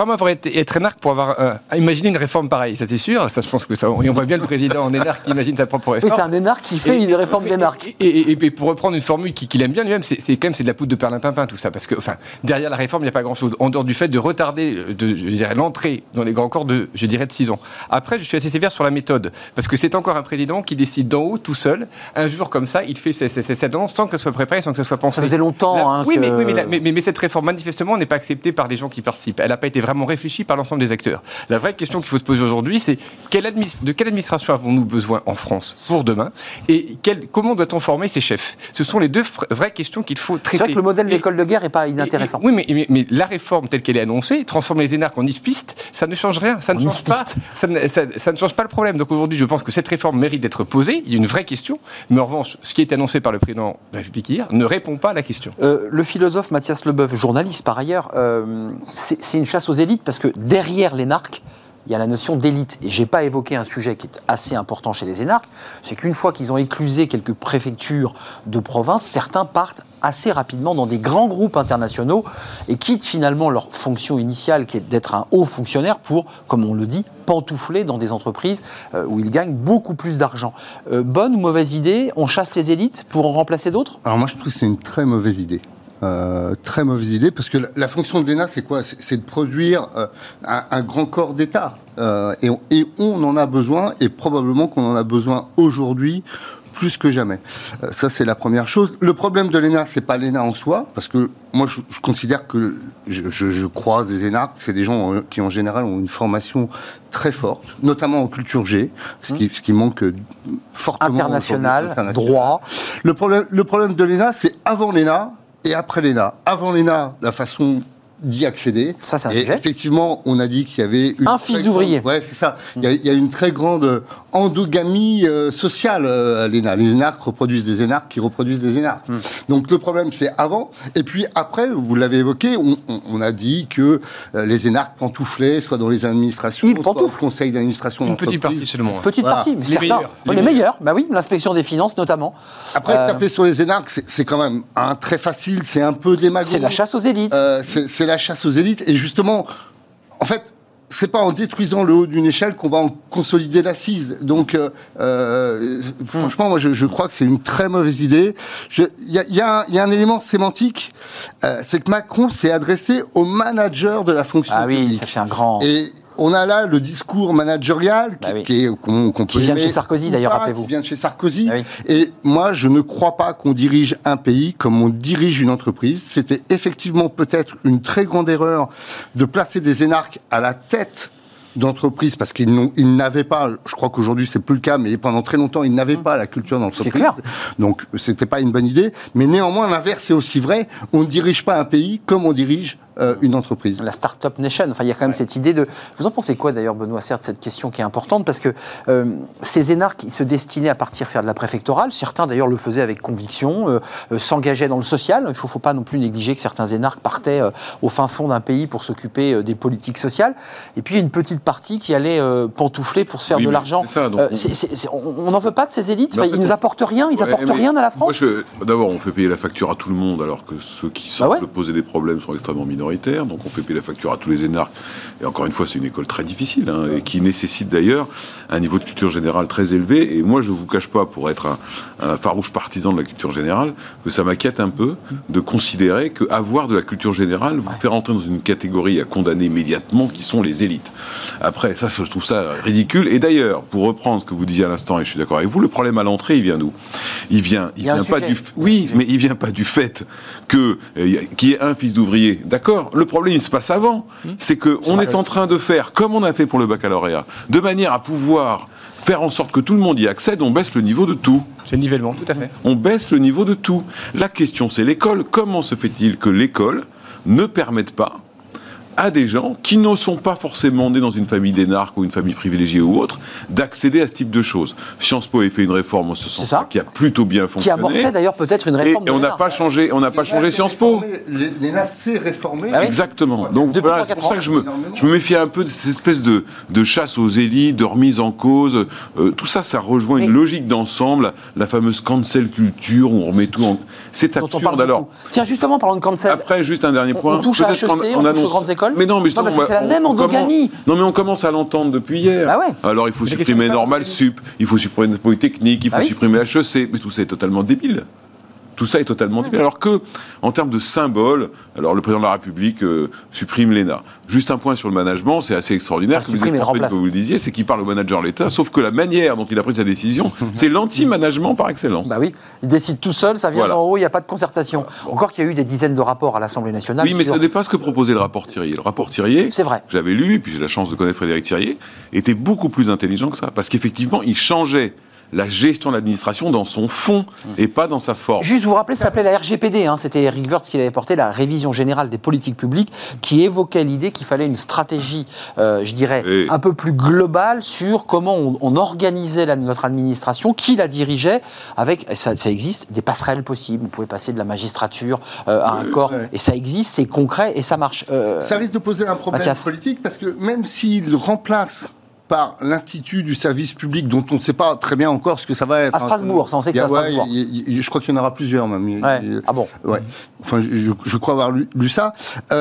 être énarque pour avoir imaginer une réforme pareille, ça c'est sûr. Ça, je pense que ça, on voit bien le président en énarque qui imagine sa propre réforme. Oui, c'est un énarque qui fait une réforme d'énarque. Et pour reprendre une formule qu'il aime bien lui-même, c'est quand même de la poudre de perlimpinpin tout ça, parce que derrière la réforme il n'y a pas grand-chose en dehors du fait de retarder, l'entrée dans les grands corps de 6 ans. Après, je suis assez sévère sur la méthode, parce que c'est encore un président qui décide d'en haut tout seul. Un jour comme ça, il fait cette annonce sans que ça soit préparé, sans que ça soit pensé. Ça faisait longtemps. Mais cette réforme, manifestement, n'est pas acceptée par des gens qui participent. Elle n'a pas été vraiment réfléchie par l'ensemble des acteurs. La vraie question qu'il faut se poser aujourd'hui, c'est de quelle administration avons-nous besoin en France pour demain, et comment doit-on former ces chefs? Ce sont les deux vraies questions qu'il faut traiter. C'est vrai que le modèle de l'école de guerre n'est pas inintéressant. Oui, mais la réforme telle qu'elle est annoncée, transformer les énarques en ispistes, ça ne change rien. Ça ne change pas. Ça ne change pas le problème. Donc aujourd'hui, je pense que cette réforme mérite d'être posée. Il y a une vraie question. Mais en revanche, ce qui est annoncé par le président de la République hier ne répond pas à la question. Le philosophe Mathias Leboeuf, journaliste par ailleurs, c'est une chasse aux élites parce que derrière l'énarque, il y a la notion d'élite. Et je n'ai pas évoqué un sujet qui est assez important chez les énarques, c'est qu'une fois qu'ils ont éclusé quelques préfectures de province, certains partent assez rapidement dans des grands groupes internationaux et quittent finalement leur fonction initiale qui est d'être un haut fonctionnaire pour, comme on le dit, pantoufler dans des entreprises où ils gagnent beaucoup plus d'argent. Bonne ou mauvaise idée? On chasse les élites pour en remplacer d'autres? Alors moi je trouve que c'est une très mauvaise idée. Très mauvaise idée, parce que la fonction de l'ENA, c'est quoi? C'est de produire un grand corps d'État. Et on en a besoin, et probablement qu'on en a besoin aujourd'hui plus que jamais. Ça, c'est la première chose. Le problème de l'ENA, c'est pas l'ENA en soi, parce que moi, je considère que je croise des énarques, c'est des gens qui, en général, ont une formation très forte, notamment en culture G, ce qui manque fortement. International, droit. Le problème de l'ENA, c'est avant l'ENA et après l'ENA. Avant l'ENA, la façon d'y accéder. Ça, c'est un sujet. Effectivement, on a dit qu'il y avait un fils d'ouvrier. Ouais, c'est ça. Il y a une très grande endogamie sociale à l'ENA. Les énarques reproduisent des énarques qui reproduisent des énarques. Donc le problème, c'est avant. Et puis après, vous l'avez évoqué, on a dit que les énarques pantouflaient, soit dans les administrations, soit au conseil d'administration d'entreprise. Une petite partie seulement. Petite partie, mais certains. Les meilleurs. Bah oui, l'inspection des finances notamment. Après, taper sur les énarques, c'est quand même très facile, c'est un peu démagogique. C'est la chasse aux élites. C'est la chasse aux élites. Et justement, en fait, c'est pas en détruisant le haut d'une échelle qu'on va en consolider l'assise. Donc, franchement, moi, je crois que c'est une très mauvaise idée. Il y a un élément sémantique, c'est que Macron s'est adressé au manager de la fonction publique. Oui, ça fait un grand... Et on a là le discours managérial qui vient de chez Sarkozy, d'ailleurs, rappelez-vous. Qui vient de chez Sarkozy. Ah oui. Et moi, je ne crois pas qu'on dirige un pays comme on dirige une entreprise. C'était effectivement peut-être une très grande erreur de placer des énarques à la tête d'entreprise, parce qu'ils n'avaient pas, je crois qu'aujourd'hui c'est plus le cas, mais pendant très longtemps ils n'avaient pas la culture d'entreprise. C'est clair. Donc c'était pas une bonne idée. Mais néanmoins l'inverse est aussi vrai. On ne dirige pas un pays comme on dirige une entreprise. La Startup Nation, enfin il y a quand même cette idée de... Vous en pensez quoi d'ailleurs, Benoît Serre, de cette question qui est importante, parce que ces énarques, ils se destinaient à partir faire de la préfectorale, certains d'ailleurs le faisaient avec conviction, s'engageaient dans le social, il ne faut pas non plus négliger que certains énarques partaient au fin fond d'un pays pour s'occuper des politiques sociales, et puis une petite partie qui allait pantoufler pour se faire de l'argent. On n'en veut pas de ces élites, ils ne nous apportent rien, ils n'apportent rien à la France. D'abord, on fait payer la facture à tout le monde, alors que ceux qui semblent poser des problèmes sont extrêmement minoritaires, donc on fait payer la facture à tous les énarques, et encore une fois, c'est une école très difficile, et qui nécessite d'ailleurs un niveau de culture générale très élevé, et moi je ne vous cache pas, pour être un farouche partisan de la culture générale, que ça m'inquiète un peu de considérer qu'avoir de la culture générale vous fait rentrer dans une catégorie à condamner immédiatement qui sont les élites. Après, ça, je trouve ça ridicule, et d'ailleurs, pour reprendre ce que vous disiez à l'instant, et je suis d'accord avec vous, le problème à l'entrée, il vient d'où ? Il vient pas du... Oui, mais il vient pas du fait qu'il y ait un fils d'ouvrier. D'accord ? Le problème, il se passe avant. C'est qu'on est en train de faire, comme on a fait pour le baccalauréat, de manière à pouvoir faire en sorte que tout le monde y accède, on baisse le niveau de tout. C'est le nivellement, tout à fait. On baisse le niveau de tout. La question, c'est l'école. Comment se fait-il que l'école ne permette pas à des gens qui ne sont pas forcément nés dans une famille d'énarques ou une famille privilégiée ou autre, d'accéder à ce type de choses. Sciences Po a fait une réforme en ce sens-là, qui a plutôt bien fonctionné. Qui amorçait d'ailleurs peut-être une réforme. Et on n'a pas changé, Sciences Po. L'ENA s'est réformé. Exactement. Donc voilà, c'est pour ça que je me méfie un peu de cette espèce de chasse aux élites, de remise en cause. Tout ça, ça rejoint une logique d'ensemble, la fameuse cancel culture, où on remet tout en... C'est absurde alors. Tiens, justement, parlant de cancel. Après, juste un dernier point. On touche à HEC, on touche aux grandes écoles. Mais non, mais c'est la même endogamie. Non, mais on commence à l'entendre depuis hier. Bah ouais. Alors il faut supprimer Normal Sup, il faut supprimer Polytechnique, il faut supprimer HEC, mais tout ça est totalement débile. Tout ça est totalement débile. Alors que, en termes de symbole, alors le président de la République supprime l'ENA. Juste un point sur le management, c'est assez extraordinaire. Ce que vous le disiez, c'est qu'il parle au manager de l'État, sauf que la manière dont il a pris sa décision, c'est l'anti-management par excellence. Bah oui, il décide tout seul, ça vient d'en haut, il n'y a pas de concertation. Encore qu'il y a eu des dizaines de rapports à l'Assemblée nationale. Oui, mais ça dépasse ce que proposait le rapport Thirier. Le rapport Thirier, c'est vrai. J'avais lu, et puis j'ai la chance de connaître Frédéric Thirier, était beaucoup plus intelligent que ça. Parce qu'effectivement, il changeait la gestion de l'administration dans son fond et pas dans sa forme. Juste, vous vous rappelez, ça s'appelait la RGPD, c'était Eric Woerth qui l'avait porté, la révision générale des politiques publiques, qui évoquait l'idée qu'il fallait une stratégie, je dirais, un peu plus globale sur comment on organisait notre administration, qui la dirigeait, avec, ça existe, des passerelles possibles. Vous pouvez passer de la magistrature à un corps, et ça existe, c'est concret et ça marche. Ça risque de poser un problème politique, parce que même s'il remplace par l'Institut du service public, dont on ne sait pas très bien encore ce que ça va être. À Strasbourg, ça on sait que c'est à Strasbourg. Je crois qu'il y en aura plusieurs même. Ah bon ? Ouais. Enfin, je crois avoir lu ça.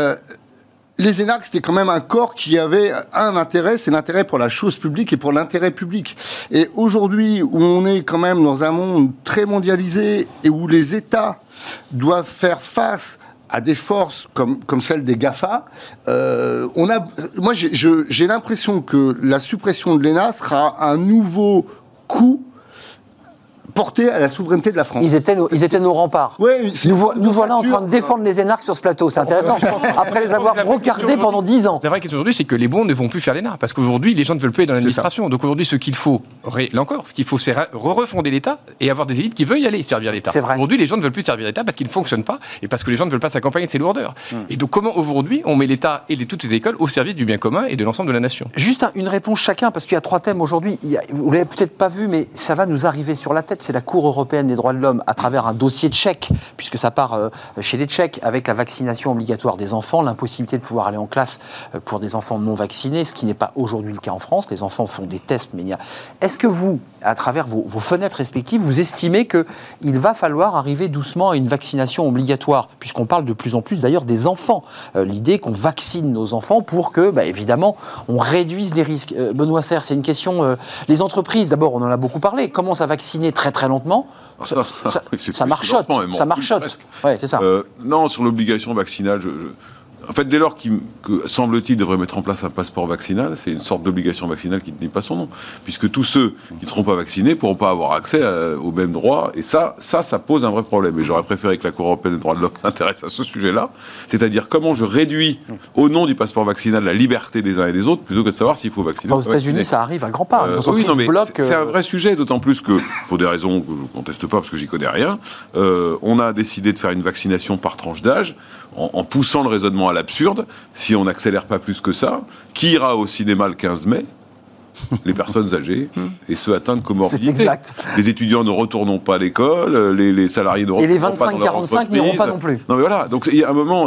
Les énarques, c'était quand même un corps qui avait un intérêt, c'est l'intérêt pour la chose publique et pour l'intérêt public. Et aujourd'hui, où on est quand même dans un monde très mondialisé et où les États doivent faire face à des forces comme celle des GAFA, moi j'ai l'impression que la suppression de l'ENA sera un nouveau coup porté à la souveraineté de la France. Ils étaient nos remparts. Ouais, nous voilà en train de défendre les énarques sur ce plateau. C'est intéressant. Après les avoir brocardés pendant 10 ans. La vraie question aujourd'hui, c'est que les bons ne vont plus faire l'ENA. Parce qu'aujourd'hui, les gens ne veulent plus être dans l'administration. Donc aujourd'hui, ce qu'il faut, là encore, ce qu'il faut, c'est refonder l'État et avoir des élites qui veulent y aller servir l'État. C'est vrai. Aujourd'hui, les gens ne veulent plus servir l'État parce qu'il ne fonctionne pas et parce que les gens ne veulent pas s'accompagner de ses lourdeurs. Et donc comment aujourd'hui, on met l'État et toutes ces écoles au service du bien commun et de l'ensemble de la nation ? Juste une réponse chacun, parce qu'il y a 3 thèmes aujourd'hui. Vous l'avez peut-être pas vu, mais ça va nous arriver sur la tête. C'est la Cour européenne des droits de l'homme à travers un dossier tchèque, puisque ça part chez les Tchèques, avec la vaccination obligatoire des enfants, l'impossibilité de pouvoir aller en classe pour des enfants non vaccinés, ce qui n'est pas aujourd'hui le cas en France. Les enfants font des tests, mais Est-ce que vous, à travers vos fenêtres respectives, vous estimez qu'il va falloir arriver doucement à une vaccination obligatoire, puisqu'on parle de plus en plus d'ailleurs des enfants, l'idée qu'on vaccine nos enfants pour que, évidemment, on réduise les risques. Benoît Serre, c'est une question... les entreprises, d'abord, on en a beaucoup parlé, commencent à vacciner très très lentement. Ça marchote. Ça marchote. Ouais, c'est ça. Non, sur l'obligation vaccinale, en fait, dès lors que, semble-t-il, devrait mettre en place un passeport vaccinal, c'est une sorte d'obligation vaccinale qui ne dit pas son nom. Puisque tous ceux qui ne seront pas vaccinés ne pourront pas avoir accès aux mêmes droits. Et ça pose un vrai problème. Et j'aurais préféré que la Cour européenne des droits de l'homme s'intéresse à ce sujet-là. C'est-à-dire comment je réduis, au nom du passeport vaccinal, la liberté des uns et des autres, plutôt que de savoir s'il faut vacciner. Aux États-Unis, ça arrive à grands pas. Oui, non, mais c'est un vrai sujet, d'autant plus que, pour des raisons que je ne conteste pas, parce que j'y connais rien, on a décidé de faire une vaccination par tranche d'âge, en poussant le raisonnement à l'absurde si on n'accélère pas plus que ça. Qui ira au cinéma le 15 mai ? Les personnes âgées et ceux atteints de comorbidité. C'est exact. Les étudiants ne retourneront pas à l'école, les salariés ne retourneront pas dans leur entreprise. Et les 25-45 n'iront pas non plus. Non mais voilà, donc il y a un moment,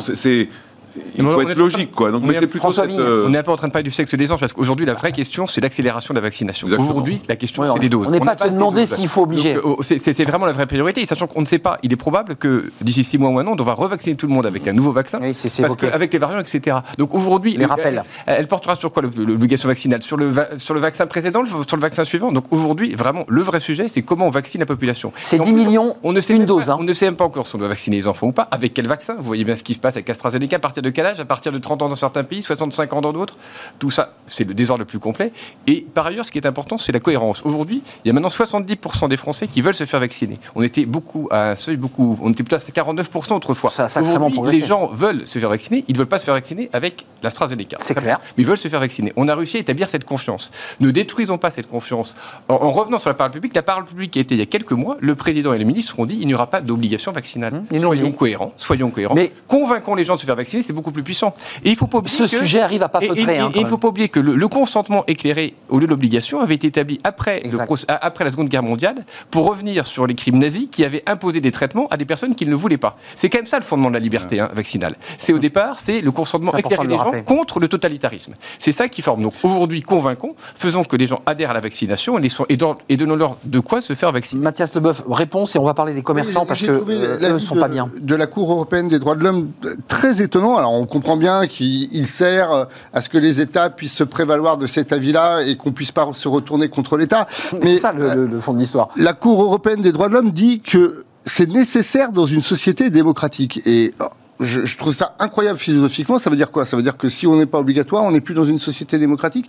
il faut être logique, quoi. Donc, mais c'est plutôt on n'est pas en train de parler du sexe des anges, parce qu'aujourd'hui, la vraie question, c'est l'accélération de la vaccination. Exactement. Aujourd'hui, la question, c'est des doses. On n'est pas de se demander s'il faut obliger. C'est vraiment la vraie priorité, sachant qu'on ne sait pas. Il est probable que d'ici 6 mois ou un an, on va revacciner tout le monde avec un nouveau vaccin, parce qu'avec les variants, etc. Donc aujourd'hui, les rappels. Elle portera sur quoi l'obligation vaccinale ? Sur le vaccin précédent, sur le vaccin suivant. Donc aujourd'hui, vraiment, le vrai sujet, c'est comment on vaccine la population. C'est 10 millions, une dose. On ne sait même pas encore si on doit vacciner les enfants ou pas. Avec quel vaccin ? Vous voyez bien ce qui se passe avec AstraZeneca. À partir de quel âge ? À partir de 30 ans dans certains pays, 65 ans dans d'autres. Tout ça, c'est le désordre le plus complet. Et par ailleurs, ce qui est important, c'est la cohérence. Aujourd'hui, il y a maintenant 70% des Français qui veulent se faire vacciner. On était à un seuil on était plutôt à 49% autrefois. Aujourd'hui, les gens veulent se faire vacciner, ils ne veulent pas se faire vacciner avec l'AstraZeneca. C'est clair. Mais ils veulent se faire vacciner. On a réussi à établir cette confiance. Ne détruisons pas cette confiance. En revenant sur la parole publique qui a été il y a quelques mois, le président et le ministre ont dit il n'y aura pas d'obligation vaccinale. Soyons cohérents. Mais convaincons les gens de se faire vacciner, c'est beaucoup plus puissant. Et il faut pas oublier sujet arrive à pas feutrer. Et il ne faut pas oublier que le consentement éclairé au lieu de l'obligation avait été établi après la Seconde Guerre mondiale pour revenir sur les crimes nazis qui avaient imposé des traitements à des personnes qui ne le voulaient pas. C'est quand même ça le fondement de la liberté vaccinale. C'est au départ, c'est le consentement éclairé des gens contre le totalitarisme. C'est ça qui forme. Donc aujourd'hui, convaincons, faisons que les gens adhèrent à la vaccination et donnons-leur de quoi se faire vacciner. Mathias Leboeuf, réponse et on va parler des commerçants parce qu'eux ne sont pas bien. De la Cour européenne des droits de l'homme, très étonnant. Alors on comprend bien qu'il sert à ce que les États puissent se prévaloir de cet avis-là et qu'on ne puisse pas se retourner contre l'État. Mais c'est ça le fond de l'histoire. La Cour européenne des droits de l'homme dit que c'est nécessaire dans une société démocratique. Et je trouve ça incroyable philosophiquement. Ça veut dire quoi ? Ça veut dire que si on n'est pas obligatoire, on n'est plus dans une société démocratique.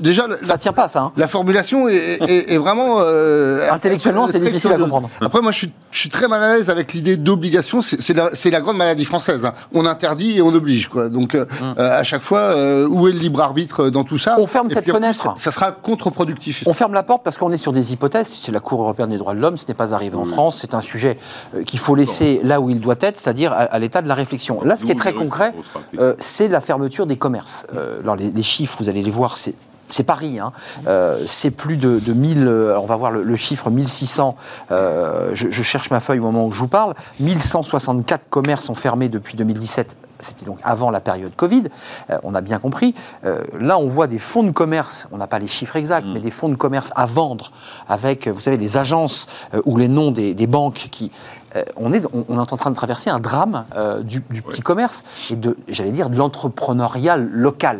Ça tient pas, ça. Hein. La formulation est vraiment... intellectuellement, c'est difficile à comprendre. Après, moi, je suis très mal à l'aise avec l'idée d'obligation. C'est la grande maladie française. Hein. On interdit et on oblige, quoi. Donc, à chaque fois, où est le libre arbitre dans tout ça ? On ferme cette fenêtre. Ça sera contre-productif. On ferme la porte parce qu'on est sur des hypothèses. C'est la Cour européenne des droits de l'homme. Ce n'est pas arrivé en France. C'est un sujet qu'il faut laisser là où il doit être, c'est-à-dire à l'état de la réflexion. Là, ce qui est très concret, c'est la fermeture des commerces. Alors, les chiffres, vous allez les voir, c'est Paris, hein. C'est plus de 1000, on va voir le chiffre 1600, je cherche ma feuille au moment où je vous parle, 1164 commerces ont fermé depuis 2017. C'était donc avant la période Covid, on a bien compris. Là, on voit des fonds de commerce, on n'a pas les chiffres exacts, mais des fonds de commerce à vendre avec, vous savez, les agences ou les noms des banques qui... On est en train de traverser un drame du petit commerce et de l'entrepreneuriat local.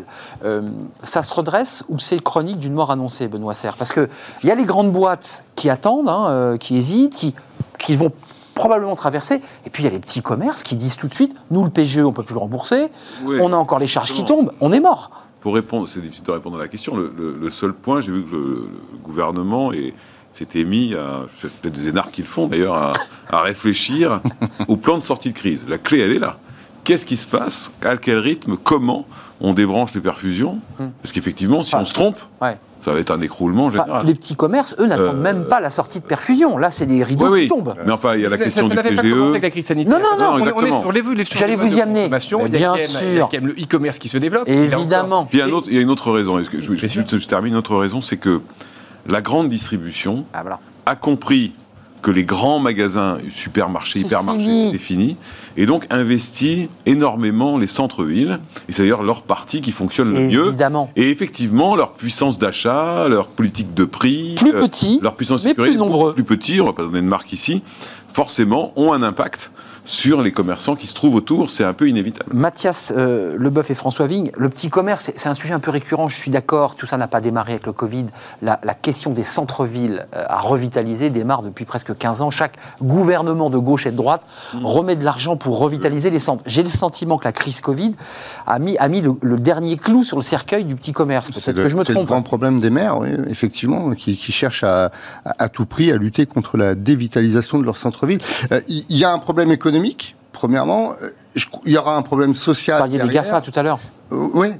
Ça se redresse ou c'est chronique d'une mort annoncée, Benoît Serre ? Parce qu'il y a les grandes boîtes qui attendent, qui hésitent, qui vont probablement traverser. Et puis il y a les petits commerces qui disent tout de suite, nous le PGE, on ne peut plus le rembourser, on a encore les charges qui tombent, on est mort. Pour répondre, c'est difficile de répondre à la question. Le seul point, j'ai vu que le gouvernement s'était mis, c'est peut-être des énarques qui le font d'ailleurs, à réfléchir au plan de sortie de crise. La clé, elle est là. Qu'est-ce qui se passe ? À quel rythme ? Comment on débranche les perfusions ? Parce qu'effectivement, si on se trompe... Ça va être un écroulement général. Les petits commerces, eux, n'attendent même pas la sortie de perfusion. Là, c'est des rideaux qui tombent. Mais enfin, il y a la question du PGE. Ça n'avait pas commencé avec la crise sanitaire. Non, on est sur l'évolution. J'allais vous y amener. Bien sûr. Il y a quand même le e-commerce qui se développe. Évidemment. Puis il y a une autre raison. Je termine. Une autre raison, c'est que la grande distribution a compris que les grands magasins, supermarchés, hypermarchés, c'est fini. Et donc investit énormément les centres-villes. Et c'est d'ailleurs leur partie qui fonctionne le mieux. Et effectivement, leur puissance d'achat, leur politique de prix, plus petit, leur puissance mais plus nombreux, plus petits, on ne va pas donner de marque ici, forcément ont un impact sur les commerçants qui se trouvent autour, c'est un peu inévitable. Mathias Leboeuf et François Vigne, le petit commerce, c'est un sujet un peu récurrent, je suis d'accord, tout ça n'a pas démarré avec le Covid. La question des centres-villes à revitaliser démarre depuis presque 15 ans. Chaque gouvernement de gauche et de droite remet de l'argent pour revitaliser les centres. J'ai le sentiment que la crise Covid a mis le dernier clou sur le cercueil du petit commerce. Peut-être que je me trompe. C'est le grand problème des maires, oui, effectivement, qui cherchent à tout prix à lutter contre la dévitalisation de leur centre-ville. Il y a un problème économique. Premièrement, il y aura un problème social. Vous parliez des GAFA tout à l'heure. Oui.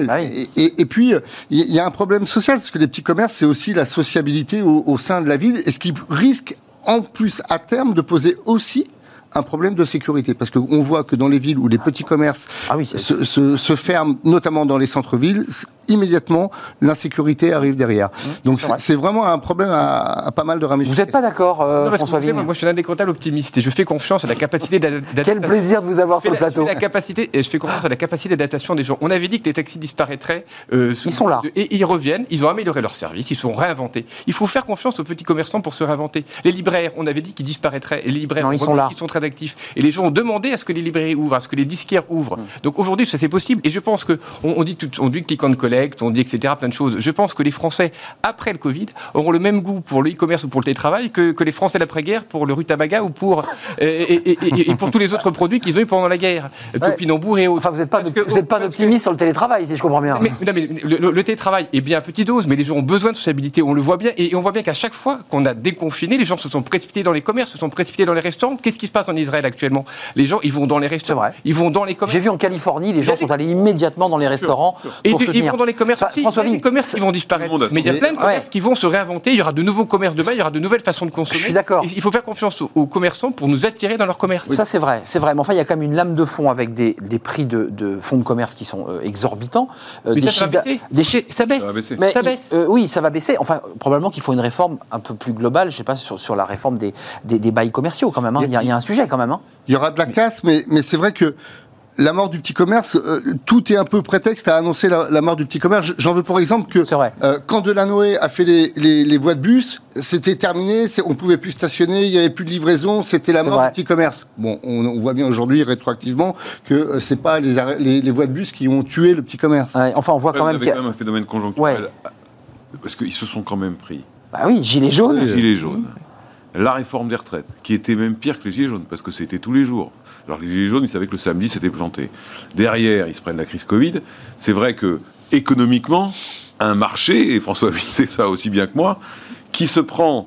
Et puis, il y a un problème social, parce que les petits commerces, c'est aussi la sociabilité au sein de la ville, et ce qui risque, en plus, à terme, de poser aussi un problème de sécurité, parce qu'on voit que dans les villes où les petits commerces se ferment, notamment dans les centres-villes, immédiatement, l'insécurité arrive derrière. Donc c'est vraiment un problème à pas mal de ramifications. Vous n'êtes pas d'accord, François Vigne ? Moi, je suis un indécrottable optimiste et je fais confiance à la capacité d'adaptation. Quel plaisir de vous avoir sur le plateau. Je fais confiance à la capacité d'adaptation des gens. On avait dit que les taxis disparaîtraient. Ils sont là. Et ils reviennent, ils ont amélioré leur service, ils sont réinventés. Il faut faire confiance aux petits commerçants pour se réinventer. Les libraires, on avait dit qu'ils disparaîtraient. Et les libraires, ils sont là. Ils sont très actifs. Et les gens ont demandé à ce que les librairies ouvrent, à ce que les disquaires ouvrent. Donc aujourd'hui, ça c'est possible. Et je pense que on dit click and collect, on dit etc. plein de choses. Je pense que les Français, après le Covid, auront le même goût pour le e-commerce ou pour le télétravail que les Français d'après-guerre pour le rutabaga ou pour et pour tous les autres produits qu'ils ont eu pendant la guerre, topinambour et autres. Enfin, vous n'êtes pas un optimiste sur le télétravail, si je comprends bien. Mais le télétravail est bien à petite dose, mais les gens ont besoin de sociabilité. On le voit bien, et on voit bien qu'à chaque fois qu'on a déconfiné, les gens se sont précipités dans les commerces, se sont précipités dans les restaurants. Qu'est-ce qui se passe en Israël actuellement ? Les gens, ils vont dans les restaurants, ils vont dans les commerces. J'ai vu en Californie, les gens sont allés immédiatement dans les restaurants pour soutenir. Ils vont dans les commerces aussi. François Vigne, les commerces, ils vont disparaître. Mais il y a plein de commerces qui vont se réinventer. Il y aura de nouveaux commerces demain, il y aura de nouvelles façons de consommer. Je suis d'accord. Il faut faire confiance aux commerçants pour nous attirer dans leur commerce. Ça, c'est vrai. Mais enfin, il y a quand même une lame de fond avec des prix de fonds de commerce qui sont exorbitants. Mais ça va baisser. Ça baisse. Ça baisse. Oui, ça va baisser. Enfin, probablement qu'il faut une réforme un peu plus globale, je ne sais pas, sur la réforme des bails commerciaux quand même. Il y a un sujet quand même. Il y aura de la casse, mais c'est vrai que la mort du petit commerce, tout est un peu prétexte à annoncer la mort du petit commerce. J'en veux pour exemple que quand Delanoë a fait les voies de bus, c'était terminé, on ne pouvait plus stationner, il n'y avait plus de livraison, c'était la mort du petit commerce. Bon, on voit bien aujourd'hui, rétroactivement, que ce n'est pas les voies de bus qui ont tué le petit commerce. Ouais, enfin, on voit quand même qu'il y a un phénomène conjoncturel, parce qu'ils se sont quand même pris. Bah oui, gilets jaunes. Gilets jaunes. La réforme des retraites, qui était même pire que les gilets jaunes, parce que c'était tous les jours. Alors les gilets jaunes, ils savaient que le samedi, c'était planté. Derrière, ils se prennent la crise Covid. C'est vrai que, économiquement, un marché, et François Vigne sait ça aussi bien que moi, qui se prend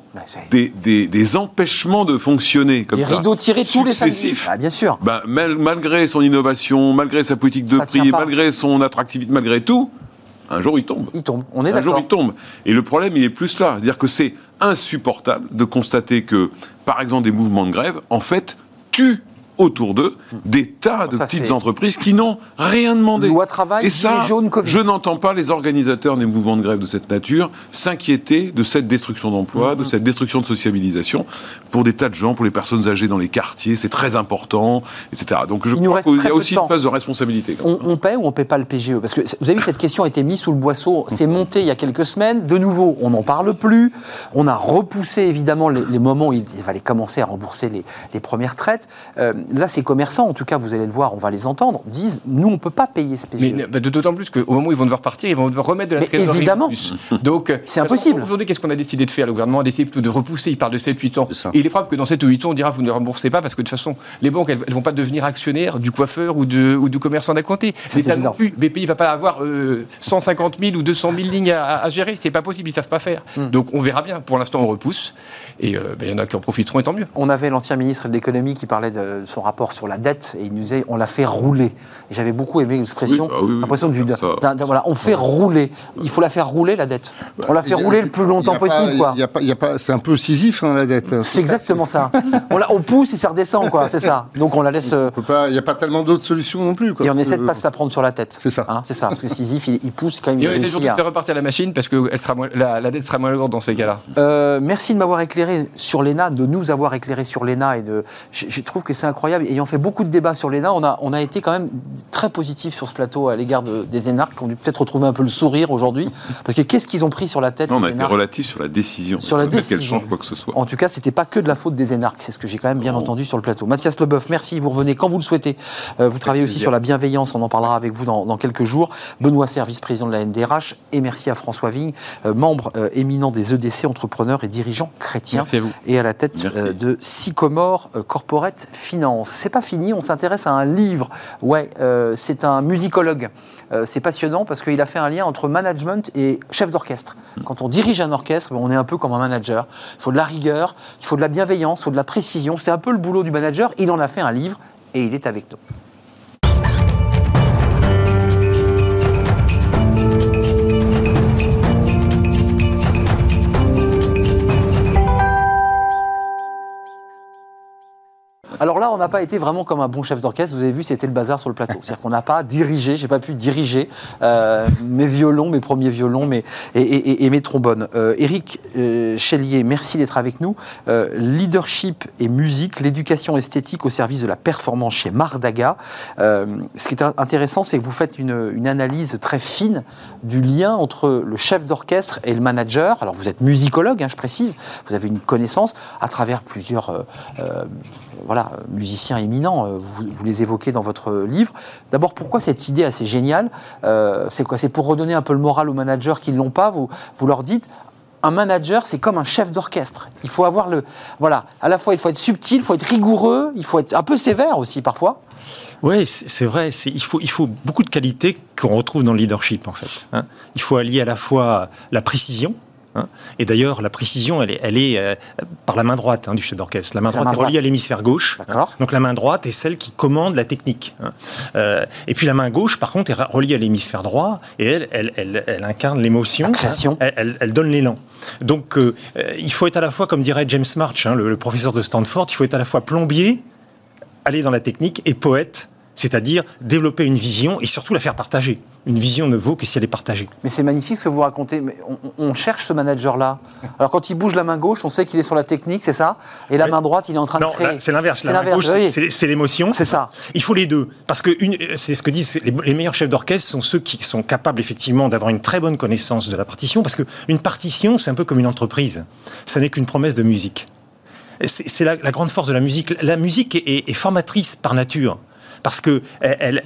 des empêchements de fonctionner comme ça. Des rideaux tirés tous les samedis. Ah, bien sûr. Malgré son innovation, malgré sa politique de prix, malgré son attractivité, malgré tout, un jour, il tombe. On est d'accord. Un jour, il tombe. Et le problème, il est plus là. C'est-à-dire que c'est insupportable de constater que, par exemple, des mouvements de grève, en fait, tuent autour d'eux des tas de petites entreprises qui n'ont rien demandé. Loi travail, et ça, gilets jaunes, Covid. Je n'entends pas les organisateurs des mouvements de grève de cette nature s'inquiéter de cette destruction d'emplois, de cette destruction de sociabilisation pour des tas de gens, pour les personnes âgées dans les quartiers, c'est très important, etc. Donc je crois qu'il y a aussi une phase de responsabilité. On paie ou on ne paie pas le PGE ? Parce que vous avez vu, cette question a été mise sous le boisseau, c'est monté il y a quelques semaines, de nouveau, on n'en parle plus, on a repoussé évidemment les moments où il fallait commencer à rembourser les premières traites. Là, ces commerçants, en tout cas, vous allez le voir, on va les entendre, disent, nous, on ne peut pas payer ce PGE. Mais d'autant plus qu'au moment où ils vont devoir partir, ils vont devoir remettre de la trésorerie. Évidemment. Donc, c'est impossible. Aujourd'hui, qu'est-ce qu'on a décidé de faire ? Le gouvernement a décidé plutôt de repousser, il parle de 7-8 ans. Et il est probable que dans 7 ou 8 ans, on dira, vous ne remboursez pas, parce que de toute façon, les banques, elles ne vont pas devenir actionnaires du coiffeur ou du commerçant d'à côté. L'État non plus. BPI ne va pas avoir 150 000 ou 200 000 lignes à gérer. C'est pas possible, ils ne savent pas faire. Donc, on verra bien. Pour l'instant, on repousse. Et il y en a qui en profiteront, et tant mieux. On avait l'ancien ministre de l'économie qui parlait de son rapport sur la dette, et il nous disait on l'a fait rouler. Et j'avais beaucoup aimé l'expression, l'impression on fait rouler. Il faut la faire rouler, la dette. On la fait rouler le plus longtemps possible. C'est un peu Sisyphe, la dette. C'est exactement ça. On pousse et ça redescend, quoi. C'est ça. Donc on la laisse. Il n'y a pas tellement d'autres solutions non plus. Et on essaie de ne pas se la prendre sur la tête. C'est ça. C'est ça. Parce que Sisyphe, il pousse quand même. Et on essaie surtout de faire repartir la machine parce que la dette sera moins lourde dans ces cas-là. Merci de m'avoir éclairé sur l'ENA, de nous avoir éclairé sur l'ENA. Je trouve que c'est incroyable. Ayant fait beaucoup de débats sur l'ENA, on a été quand même très positif sur ce plateau à l'égard des énarques, qui ont dû peut-être retrouver un peu le sourire aujourd'hui. Parce que qu'est-ce qu'ils ont pris sur la tête ? On a été relatif sur la décision. Sur la décision. Qu'elle change quoi que ce soit. En tout cas, c'était pas que de la faute des énarques. C'est ce que j'ai quand même bien entendu sur le plateau. Mathias Leboeuf, merci. Vous revenez quand vous le souhaitez. Vous travaillez aussi sur la bienveillance. On en parlera avec vous dans quelques jours. Benoît Serre, vice-président de la NDRH. Et merci à François Vigne, membre éminent des EDC, entrepreneur et dirigeant chrétien. Merci à vous. Et à la tête de Sycomore Corporate Finance. C'est pas fini. On s'intéresse à un livre. C'est un musicologue. C'est passionnant parce qu'il a fait un lien entre management et chef d'orchestre. Quand on dirige un orchestre, on est un peu comme un manager. Il faut de la rigueur, il faut de la bienveillance, il faut de la précision. C'est un peu le boulot du manager. Il en a fait un livre et il est avec nous. Alors là, là, on n'a pas été vraiment comme un bon chef d'orchestre. Vous avez vu, c'était le bazar sur le plateau. C'est-à-dire qu'on n'a pas dirigé, j'ai pas pu diriger mes violons, mes premiers violons et mes trombones. Éric Chélier, merci d'être avec nous. Leadership et musique, l'éducation esthétique au service de la performance chez Mardaga. Ce qui est intéressant, c'est que vous faites une analyse très fine du lien entre le chef d'orchestre et le manager. Alors vous êtes musicologue, je précise, vous avez une connaissance à travers plusieurs musiciens éminents, vous les évoquez dans votre livre. D'abord, pourquoi cette idée assez géniale? C'est quoi? C'est pour redonner un peu le moral aux managers qui ne l'ont pas. Vous leur dites, un manager, c'est comme un chef d'orchestre. Il faut avoir à la fois il faut être subtil, il faut être rigoureux, il faut être un peu sévère aussi parfois. Oui, c'est vrai. Il faut beaucoup de qualités qu'on retrouve dans le leadership, en fait. Il faut allier à la fois la précision. Et d'ailleurs, la précision, elle est par la main droite du chef d'orchestre. La main droite est reliée à l'hémisphère gauche. Donc la main droite est celle qui commande la technique. Et puis la main gauche, par contre, est reliée à l'hémisphère droit et elle incarne l'émotion. La création. Elle donne l'élan. Donc il faut être à la fois, comme dirait James March, le professeur de Stanford, il faut être à la fois plombier, aller dans la technique, et poète, c'est-à-dire développer une vision et surtout la faire partager. Une vision ne vaut que si elle est partagée. Mais c'est magnifique ce que vous racontez. Mais on cherche ce manager-là. Alors quand il bouge la main gauche, on sait qu'il est sur la technique, c'est ça? Et la main droite, il est en train de créer. Non, c'est l'inverse. La main gauche, c'est l'émotion. C'est ça. Il faut les deux. Parce que c'est ce que disent les meilleurs chefs d'orchestre sont ceux qui sont capables effectivement d'avoir une très bonne connaissance de la partition. Parce qu'une partition, c'est un peu comme une entreprise. Ça n'est qu'une promesse de musique. C'est la grande force de la musique. La musique est formatrice par nature. Parce qu'elle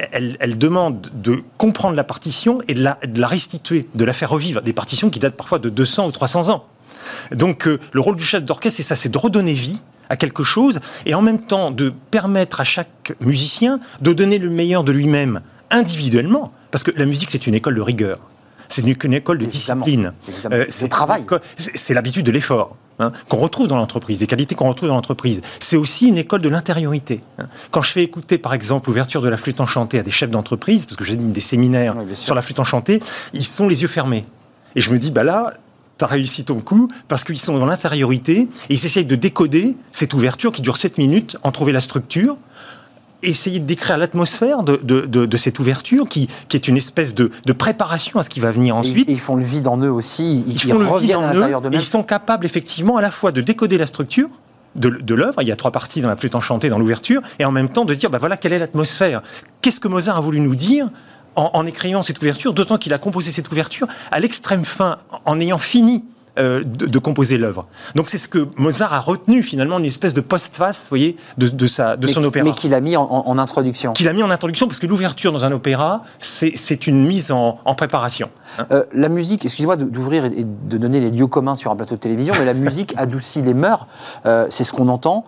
demande de comprendre la partition et de la restituer, de la faire revivre. Des partitions qui datent parfois de 200 ou 300 ans. Donc le rôle du chef d'orchestre, c'est ça, c'est de redonner vie à quelque chose et en même temps de permettre à chaque musicien de donner le meilleur de lui-même individuellement. Parce que la musique, c'est une école de rigueur. C'est une école de discipline. C'est le travail. C'est l'habitude de l'effort. Qu'on retrouve dans l'entreprise, des qualités qu'on retrouve dans l'entreprise. C'est aussi une école de l'intériorité. Quand je fais écouter, par exemple, l'ouverture de la flûte enchantée à des chefs d'entreprise, parce que j'ai des séminaires sur la flûte enchantée, ils sont les yeux fermés. Et je me dis, là, t'as réussi ton coup, parce qu'ils sont dans l'intériorité, et ils essayent de décoder cette ouverture qui dure 7 minutes, en trouver la structure, essayer de décrire l'atmosphère de cette ouverture qui est une espèce de préparation à ce qui va venir ensuite. Et ils font le vide en eux aussi, ils reviennent à l'intérieur d'eux-mêmes. Ils sont capables effectivement à la fois de décoder la structure de l'œuvre, il y a 3 parties dans la flûte enchantée, dans l'ouverture, et en même temps de dire, voilà, quelle est l'atmosphère? Qu'est-ce que Mozart a voulu nous dire en écrivant cette ouverture, d'autant qu'il a composé cette ouverture à l'extrême fin, en ayant fini de composer l'œuvre. Donc c'est ce que Mozart a retenu finalement, une espèce de postface, vous voyez, de son opéra. Mais qu'il a mis en introduction. Qu'il a mis en introduction, parce que l'ouverture dans un opéra, c'est une mise en préparation. La musique, excusez-moi d'ouvrir et de donner les lieux communs sur un plateau de télévision, mais la musique adoucit les mœurs, c'est ce qu'on entend.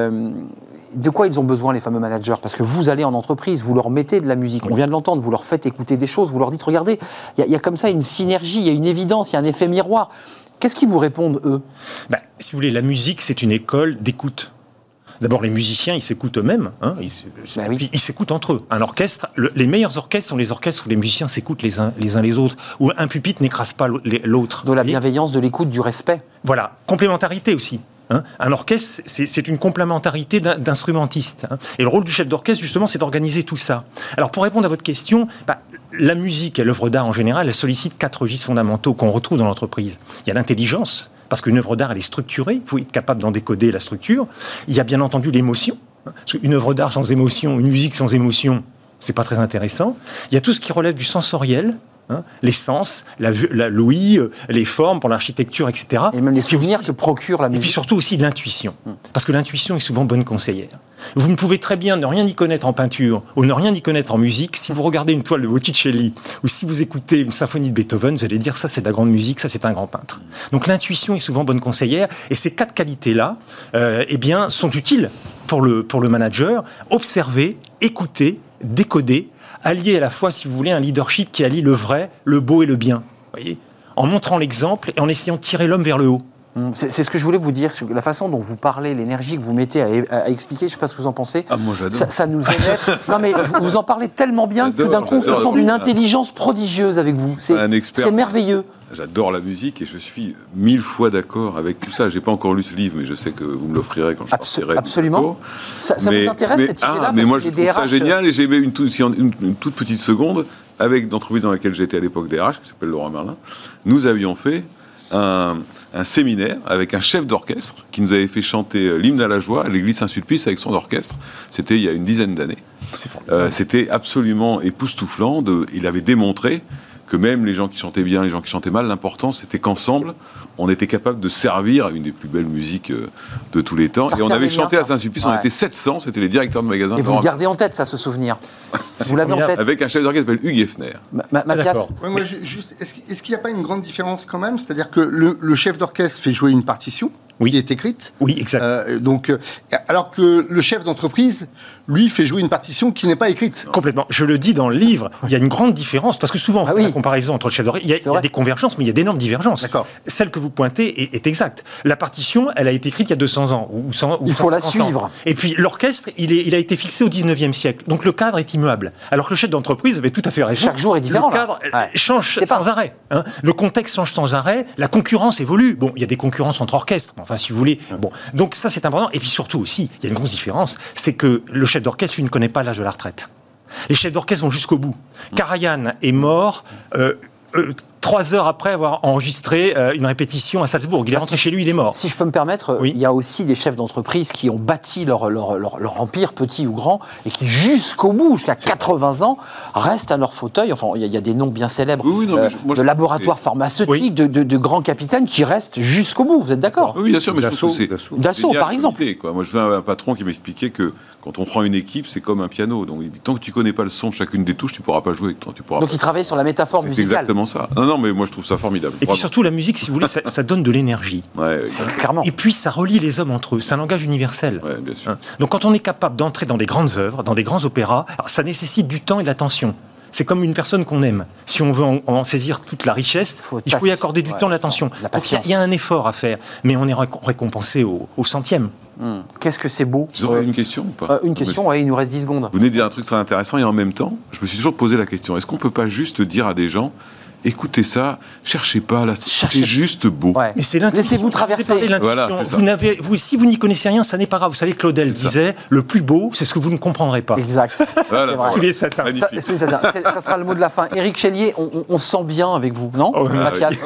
De quoi ils ont besoin, les fameux managers? Parce que vous allez en entreprise, vous leur mettez de la musique, on vient de l'entendre, vous leur faites écouter des choses, vous leur dites, regardez, il y a comme ça une synergie, il y a une évidence, il y a un effet miroir. Qu'est-ce qu'ils vous répondent, eux? Si vous voulez, la musique, c'est une école d'écoute. D'abord, les musiciens, ils s'écoutent eux-mêmes, puis ils s'écoutent entre eux. Un orchestre, les meilleurs orchestres sont les orchestres où les musiciens s'écoutent les uns les autres, où un pupitre n'écrase pas l'autre. De la bienveillance, de l'écoute, du respect. Voilà, complémentarité aussi. Un orchestre, c'est une complémentarité d'instrumentistes. Et le rôle du chef d'orchestre, justement, c'est d'organiser tout ça. Alors, pour répondre à votre question, la musique et l'œuvre d'art en général, elle sollicite 4 registres fondamentaux qu'on retrouve dans l'entreprise. Il y a l'intelligence, parce qu'une œuvre d'art, elle est structurée, il faut être capable d'en décoder la structure. Il y a bien entendu l'émotion, parce qu'une œuvre d'art sans émotion, une musique sans émotion, c'est pas très intéressant. Il y a tout ce qui relève du sensoriel, les sens, l'ouïe, les formes pour l'architecture, etc. Et même les souvenirs que procure la musique. Et puis surtout aussi l'intuition. Parce que l'intuition est souvent bonne conseillère. Vous ne pouvez très bien ne rien y connaître en peinture ou ne rien y connaître en musique. Si vous regardez une toile de Botticelli ou si vous écoutez une symphonie de Beethoven, vous allez dire ça c'est de la grande musique, ça c'est un grand peintre. Donc l'intuition est souvent bonne conseillère. Et ces 4 qualités-là sont utiles pour le manager. Observer, écouter, décoder, allier à la fois, si vous voulez, un leadership qui allie le vrai, le beau et le bien. Voyez, en montrant l'exemple et en essayant de tirer l'homme vers le haut. C'est ce que je voulais vous dire, sur la façon dont vous parlez, l'énergie que vous mettez à expliquer, je ne sais pas ce que vous en pensez. Ah, moi j'adore. Ça nous énerve. Non mais vous en parlez tellement bien que d'un coup on se sent d'une intelligence prodigieuse avec vous. C'est merveilleux. J'adore la musique et je suis 1000 fois d'accord avec tout ça. J'ai pas encore lu ce livre, mais je sais que vous me l'offrirez quand je partirai. Absolument. Ça vous intéresse cette idée-là? Mais moi je trouve ça génial et j'ai une toute petite seconde avec l'entreprise dans laquelle j'étais à l'époque DRH, qui s'appelle Laurent Merlin. Nous avions fait un séminaire avec un chef d'orchestre qui nous avait fait chanter l'hymne à la joie à l'église Saint-Sulpice avec son orchestre. C'était il y a une dizaine d'années. C'était absolument époustouflant. Il avait démontré que même les gens qui chantaient bien, les gens qui chantaient mal, l'important c'était qu'ensemble, on était capable de servir à une des plus belles musiques de tous les temps. Et on avait chanté à Saint-Sulpice, on était 700, c'était les directeurs de magasins. Et vous le gardez en tête, ça, ce souvenir? Vous l'avez en tête? Avec un chef d'orchestre qui s'appelle Hugues Hefner. Mathias? Moi, est-ce qu'il n'y a pas une grande différence quand même? C'est-à-dire que le chef d'orchestre fait jouer une partition qui est écrite. Oui, exact. Alors que le chef d'entreprise, lui, fait jouer une partition qui n'est pas écrite. Complètement. Je le dis dans le livre, il y a une grande différence, parce que souvent, on fait la comparaison entre le chef d'orchestre, il y a des convergences, mais il y a d'énormes divergences. Celle que vous pointez est exacte. La partition, elle a été écrite il y a 200 ans. Ou 100, il faut la suivre. Ans. Et puis, l'orchestre, il a été fixé au 19e siècle. Donc, le cadre est immuable. Alors que le chef d'entreprise avait tout à fait raison. Chaque jour est différent. Le cadre change sans arrêt. Hein. Le contexte change sans arrêt. La concurrence évolue. Bon, il y a des concurrences entre orchestres. Enfin, si vous voulez. Bon. Donc, ça, c'est important. Et puis, surtout aussi, il y a une grosse différence. C'est que le chef d'orchestre, lui, ne connaît pas l'âge de la retraite. Les chefs d'orchestre vont jusqu'au bout. Karajan est mort 3 heures après avoir enregistré une répétition à Salzbourg. Il est rentré chez lui, il est mort. Si je peux me permettre, il y a aussi des chefs d'entreprise qui ont bâti leur empire, petit ou grand, et qui jusqu'au bout, jusqu'à 80 ans, restent à leur fauteuil. Enfin, il y a des noms bien célèbres de laboratoires pharmaceutiques, de grands capitaines qui restent jusqu'au bout. Vous êtes d'accord? Oui, bien sûr, mais je trouve que c'est Dassault, par exemple. Moi, je veux un patron qui m'expliquait que quand on prend une équipe, c'est comme un piano. Donc, tant que tu connais pas le son de chacune des touches, tu pourras pas jouer. Donc, il travaille sur la métaphore musicale. C'est exactement ça. Non, mais moi, je trouve ça formidable. Et puis surtout, la musique, si vous voulez, ça donne de l'énergie. Clairement. Et puis, ça relie les hommes entre eux. C'est un langage universel. Ouais, bien sûr. Donc, quand on est capable d'entrer dans des grandes œuvres, dans des grands opéras, alors, ça nécessite du temps et de l'attention. C'est comme une personne qu'on aime. Si on veut en saisir toute la richesse, il faut y accorder du temps et de l'attention. Il y a un effort à faire, mais on est récompensé au centième. Qu'est-ce que c'est beau. Vous aurez une question ou pas? Une question, oui, il nous reste 10 secondes. Vous venez de dire un truc très intéressant et en même temps, je me suis toujours posé la question, est-ce qu'on ne peut pas juste dire à des gens, écoutez ça, cherchez pas, là, c'est juste beau. Ouais. Mais c'est l'intuition. Laissez-vous traverser. Voilà, c'est ça. Si vous n'y connaissez rien, ça n'est pas grave. Vous savez, Claudel disait, le plus beau, c'est ce que vous ne comprendrez pas. Exact. Voilà. Sous les satins. Ça sera le mot de la fin. Éric Chélier, on se sent bien avec vous, non, Mathias?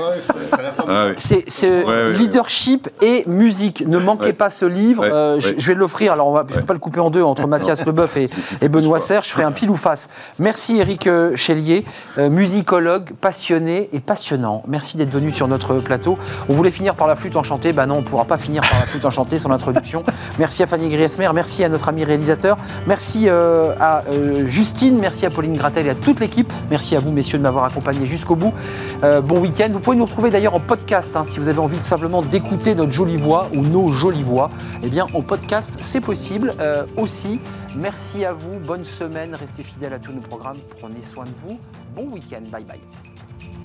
C'est leadership et musique. Ne manquez pas ce livre. Je vais l'offrir. Alors, je ne vais pas le couper en deux entre Mathias Leboeuf et Benoît Serre. Je ferai un pile ou face. Merci Éric Chélier, musicologue, passionné et passionnant. Merci d'être venu sur notre plateau. On voulait finir par la flûte enchantée. Non, on ne pourra pas finir par la flûte enchantée, son introduction. Merci à Fanny Griesmer, merci à notre ami réalisateur, merci à Justine, merci à Pauline Gratel et à toute l'équipe. Merci à vous, messieurs, de m'avoir accompagné jusqu'au bout. Bon week-end. Vous pouvez nous retrouver d'ailleurs en podcast, si vous avez envie de simplement d'écouter notre jolie voix ou nos jolies voix. Eh bien, en podcast, c'est possible aussi. Merci à vous, bonne semaine, restez fidèles à tous nos programmes, prenez soin de vous. Bon week-end, bye bye.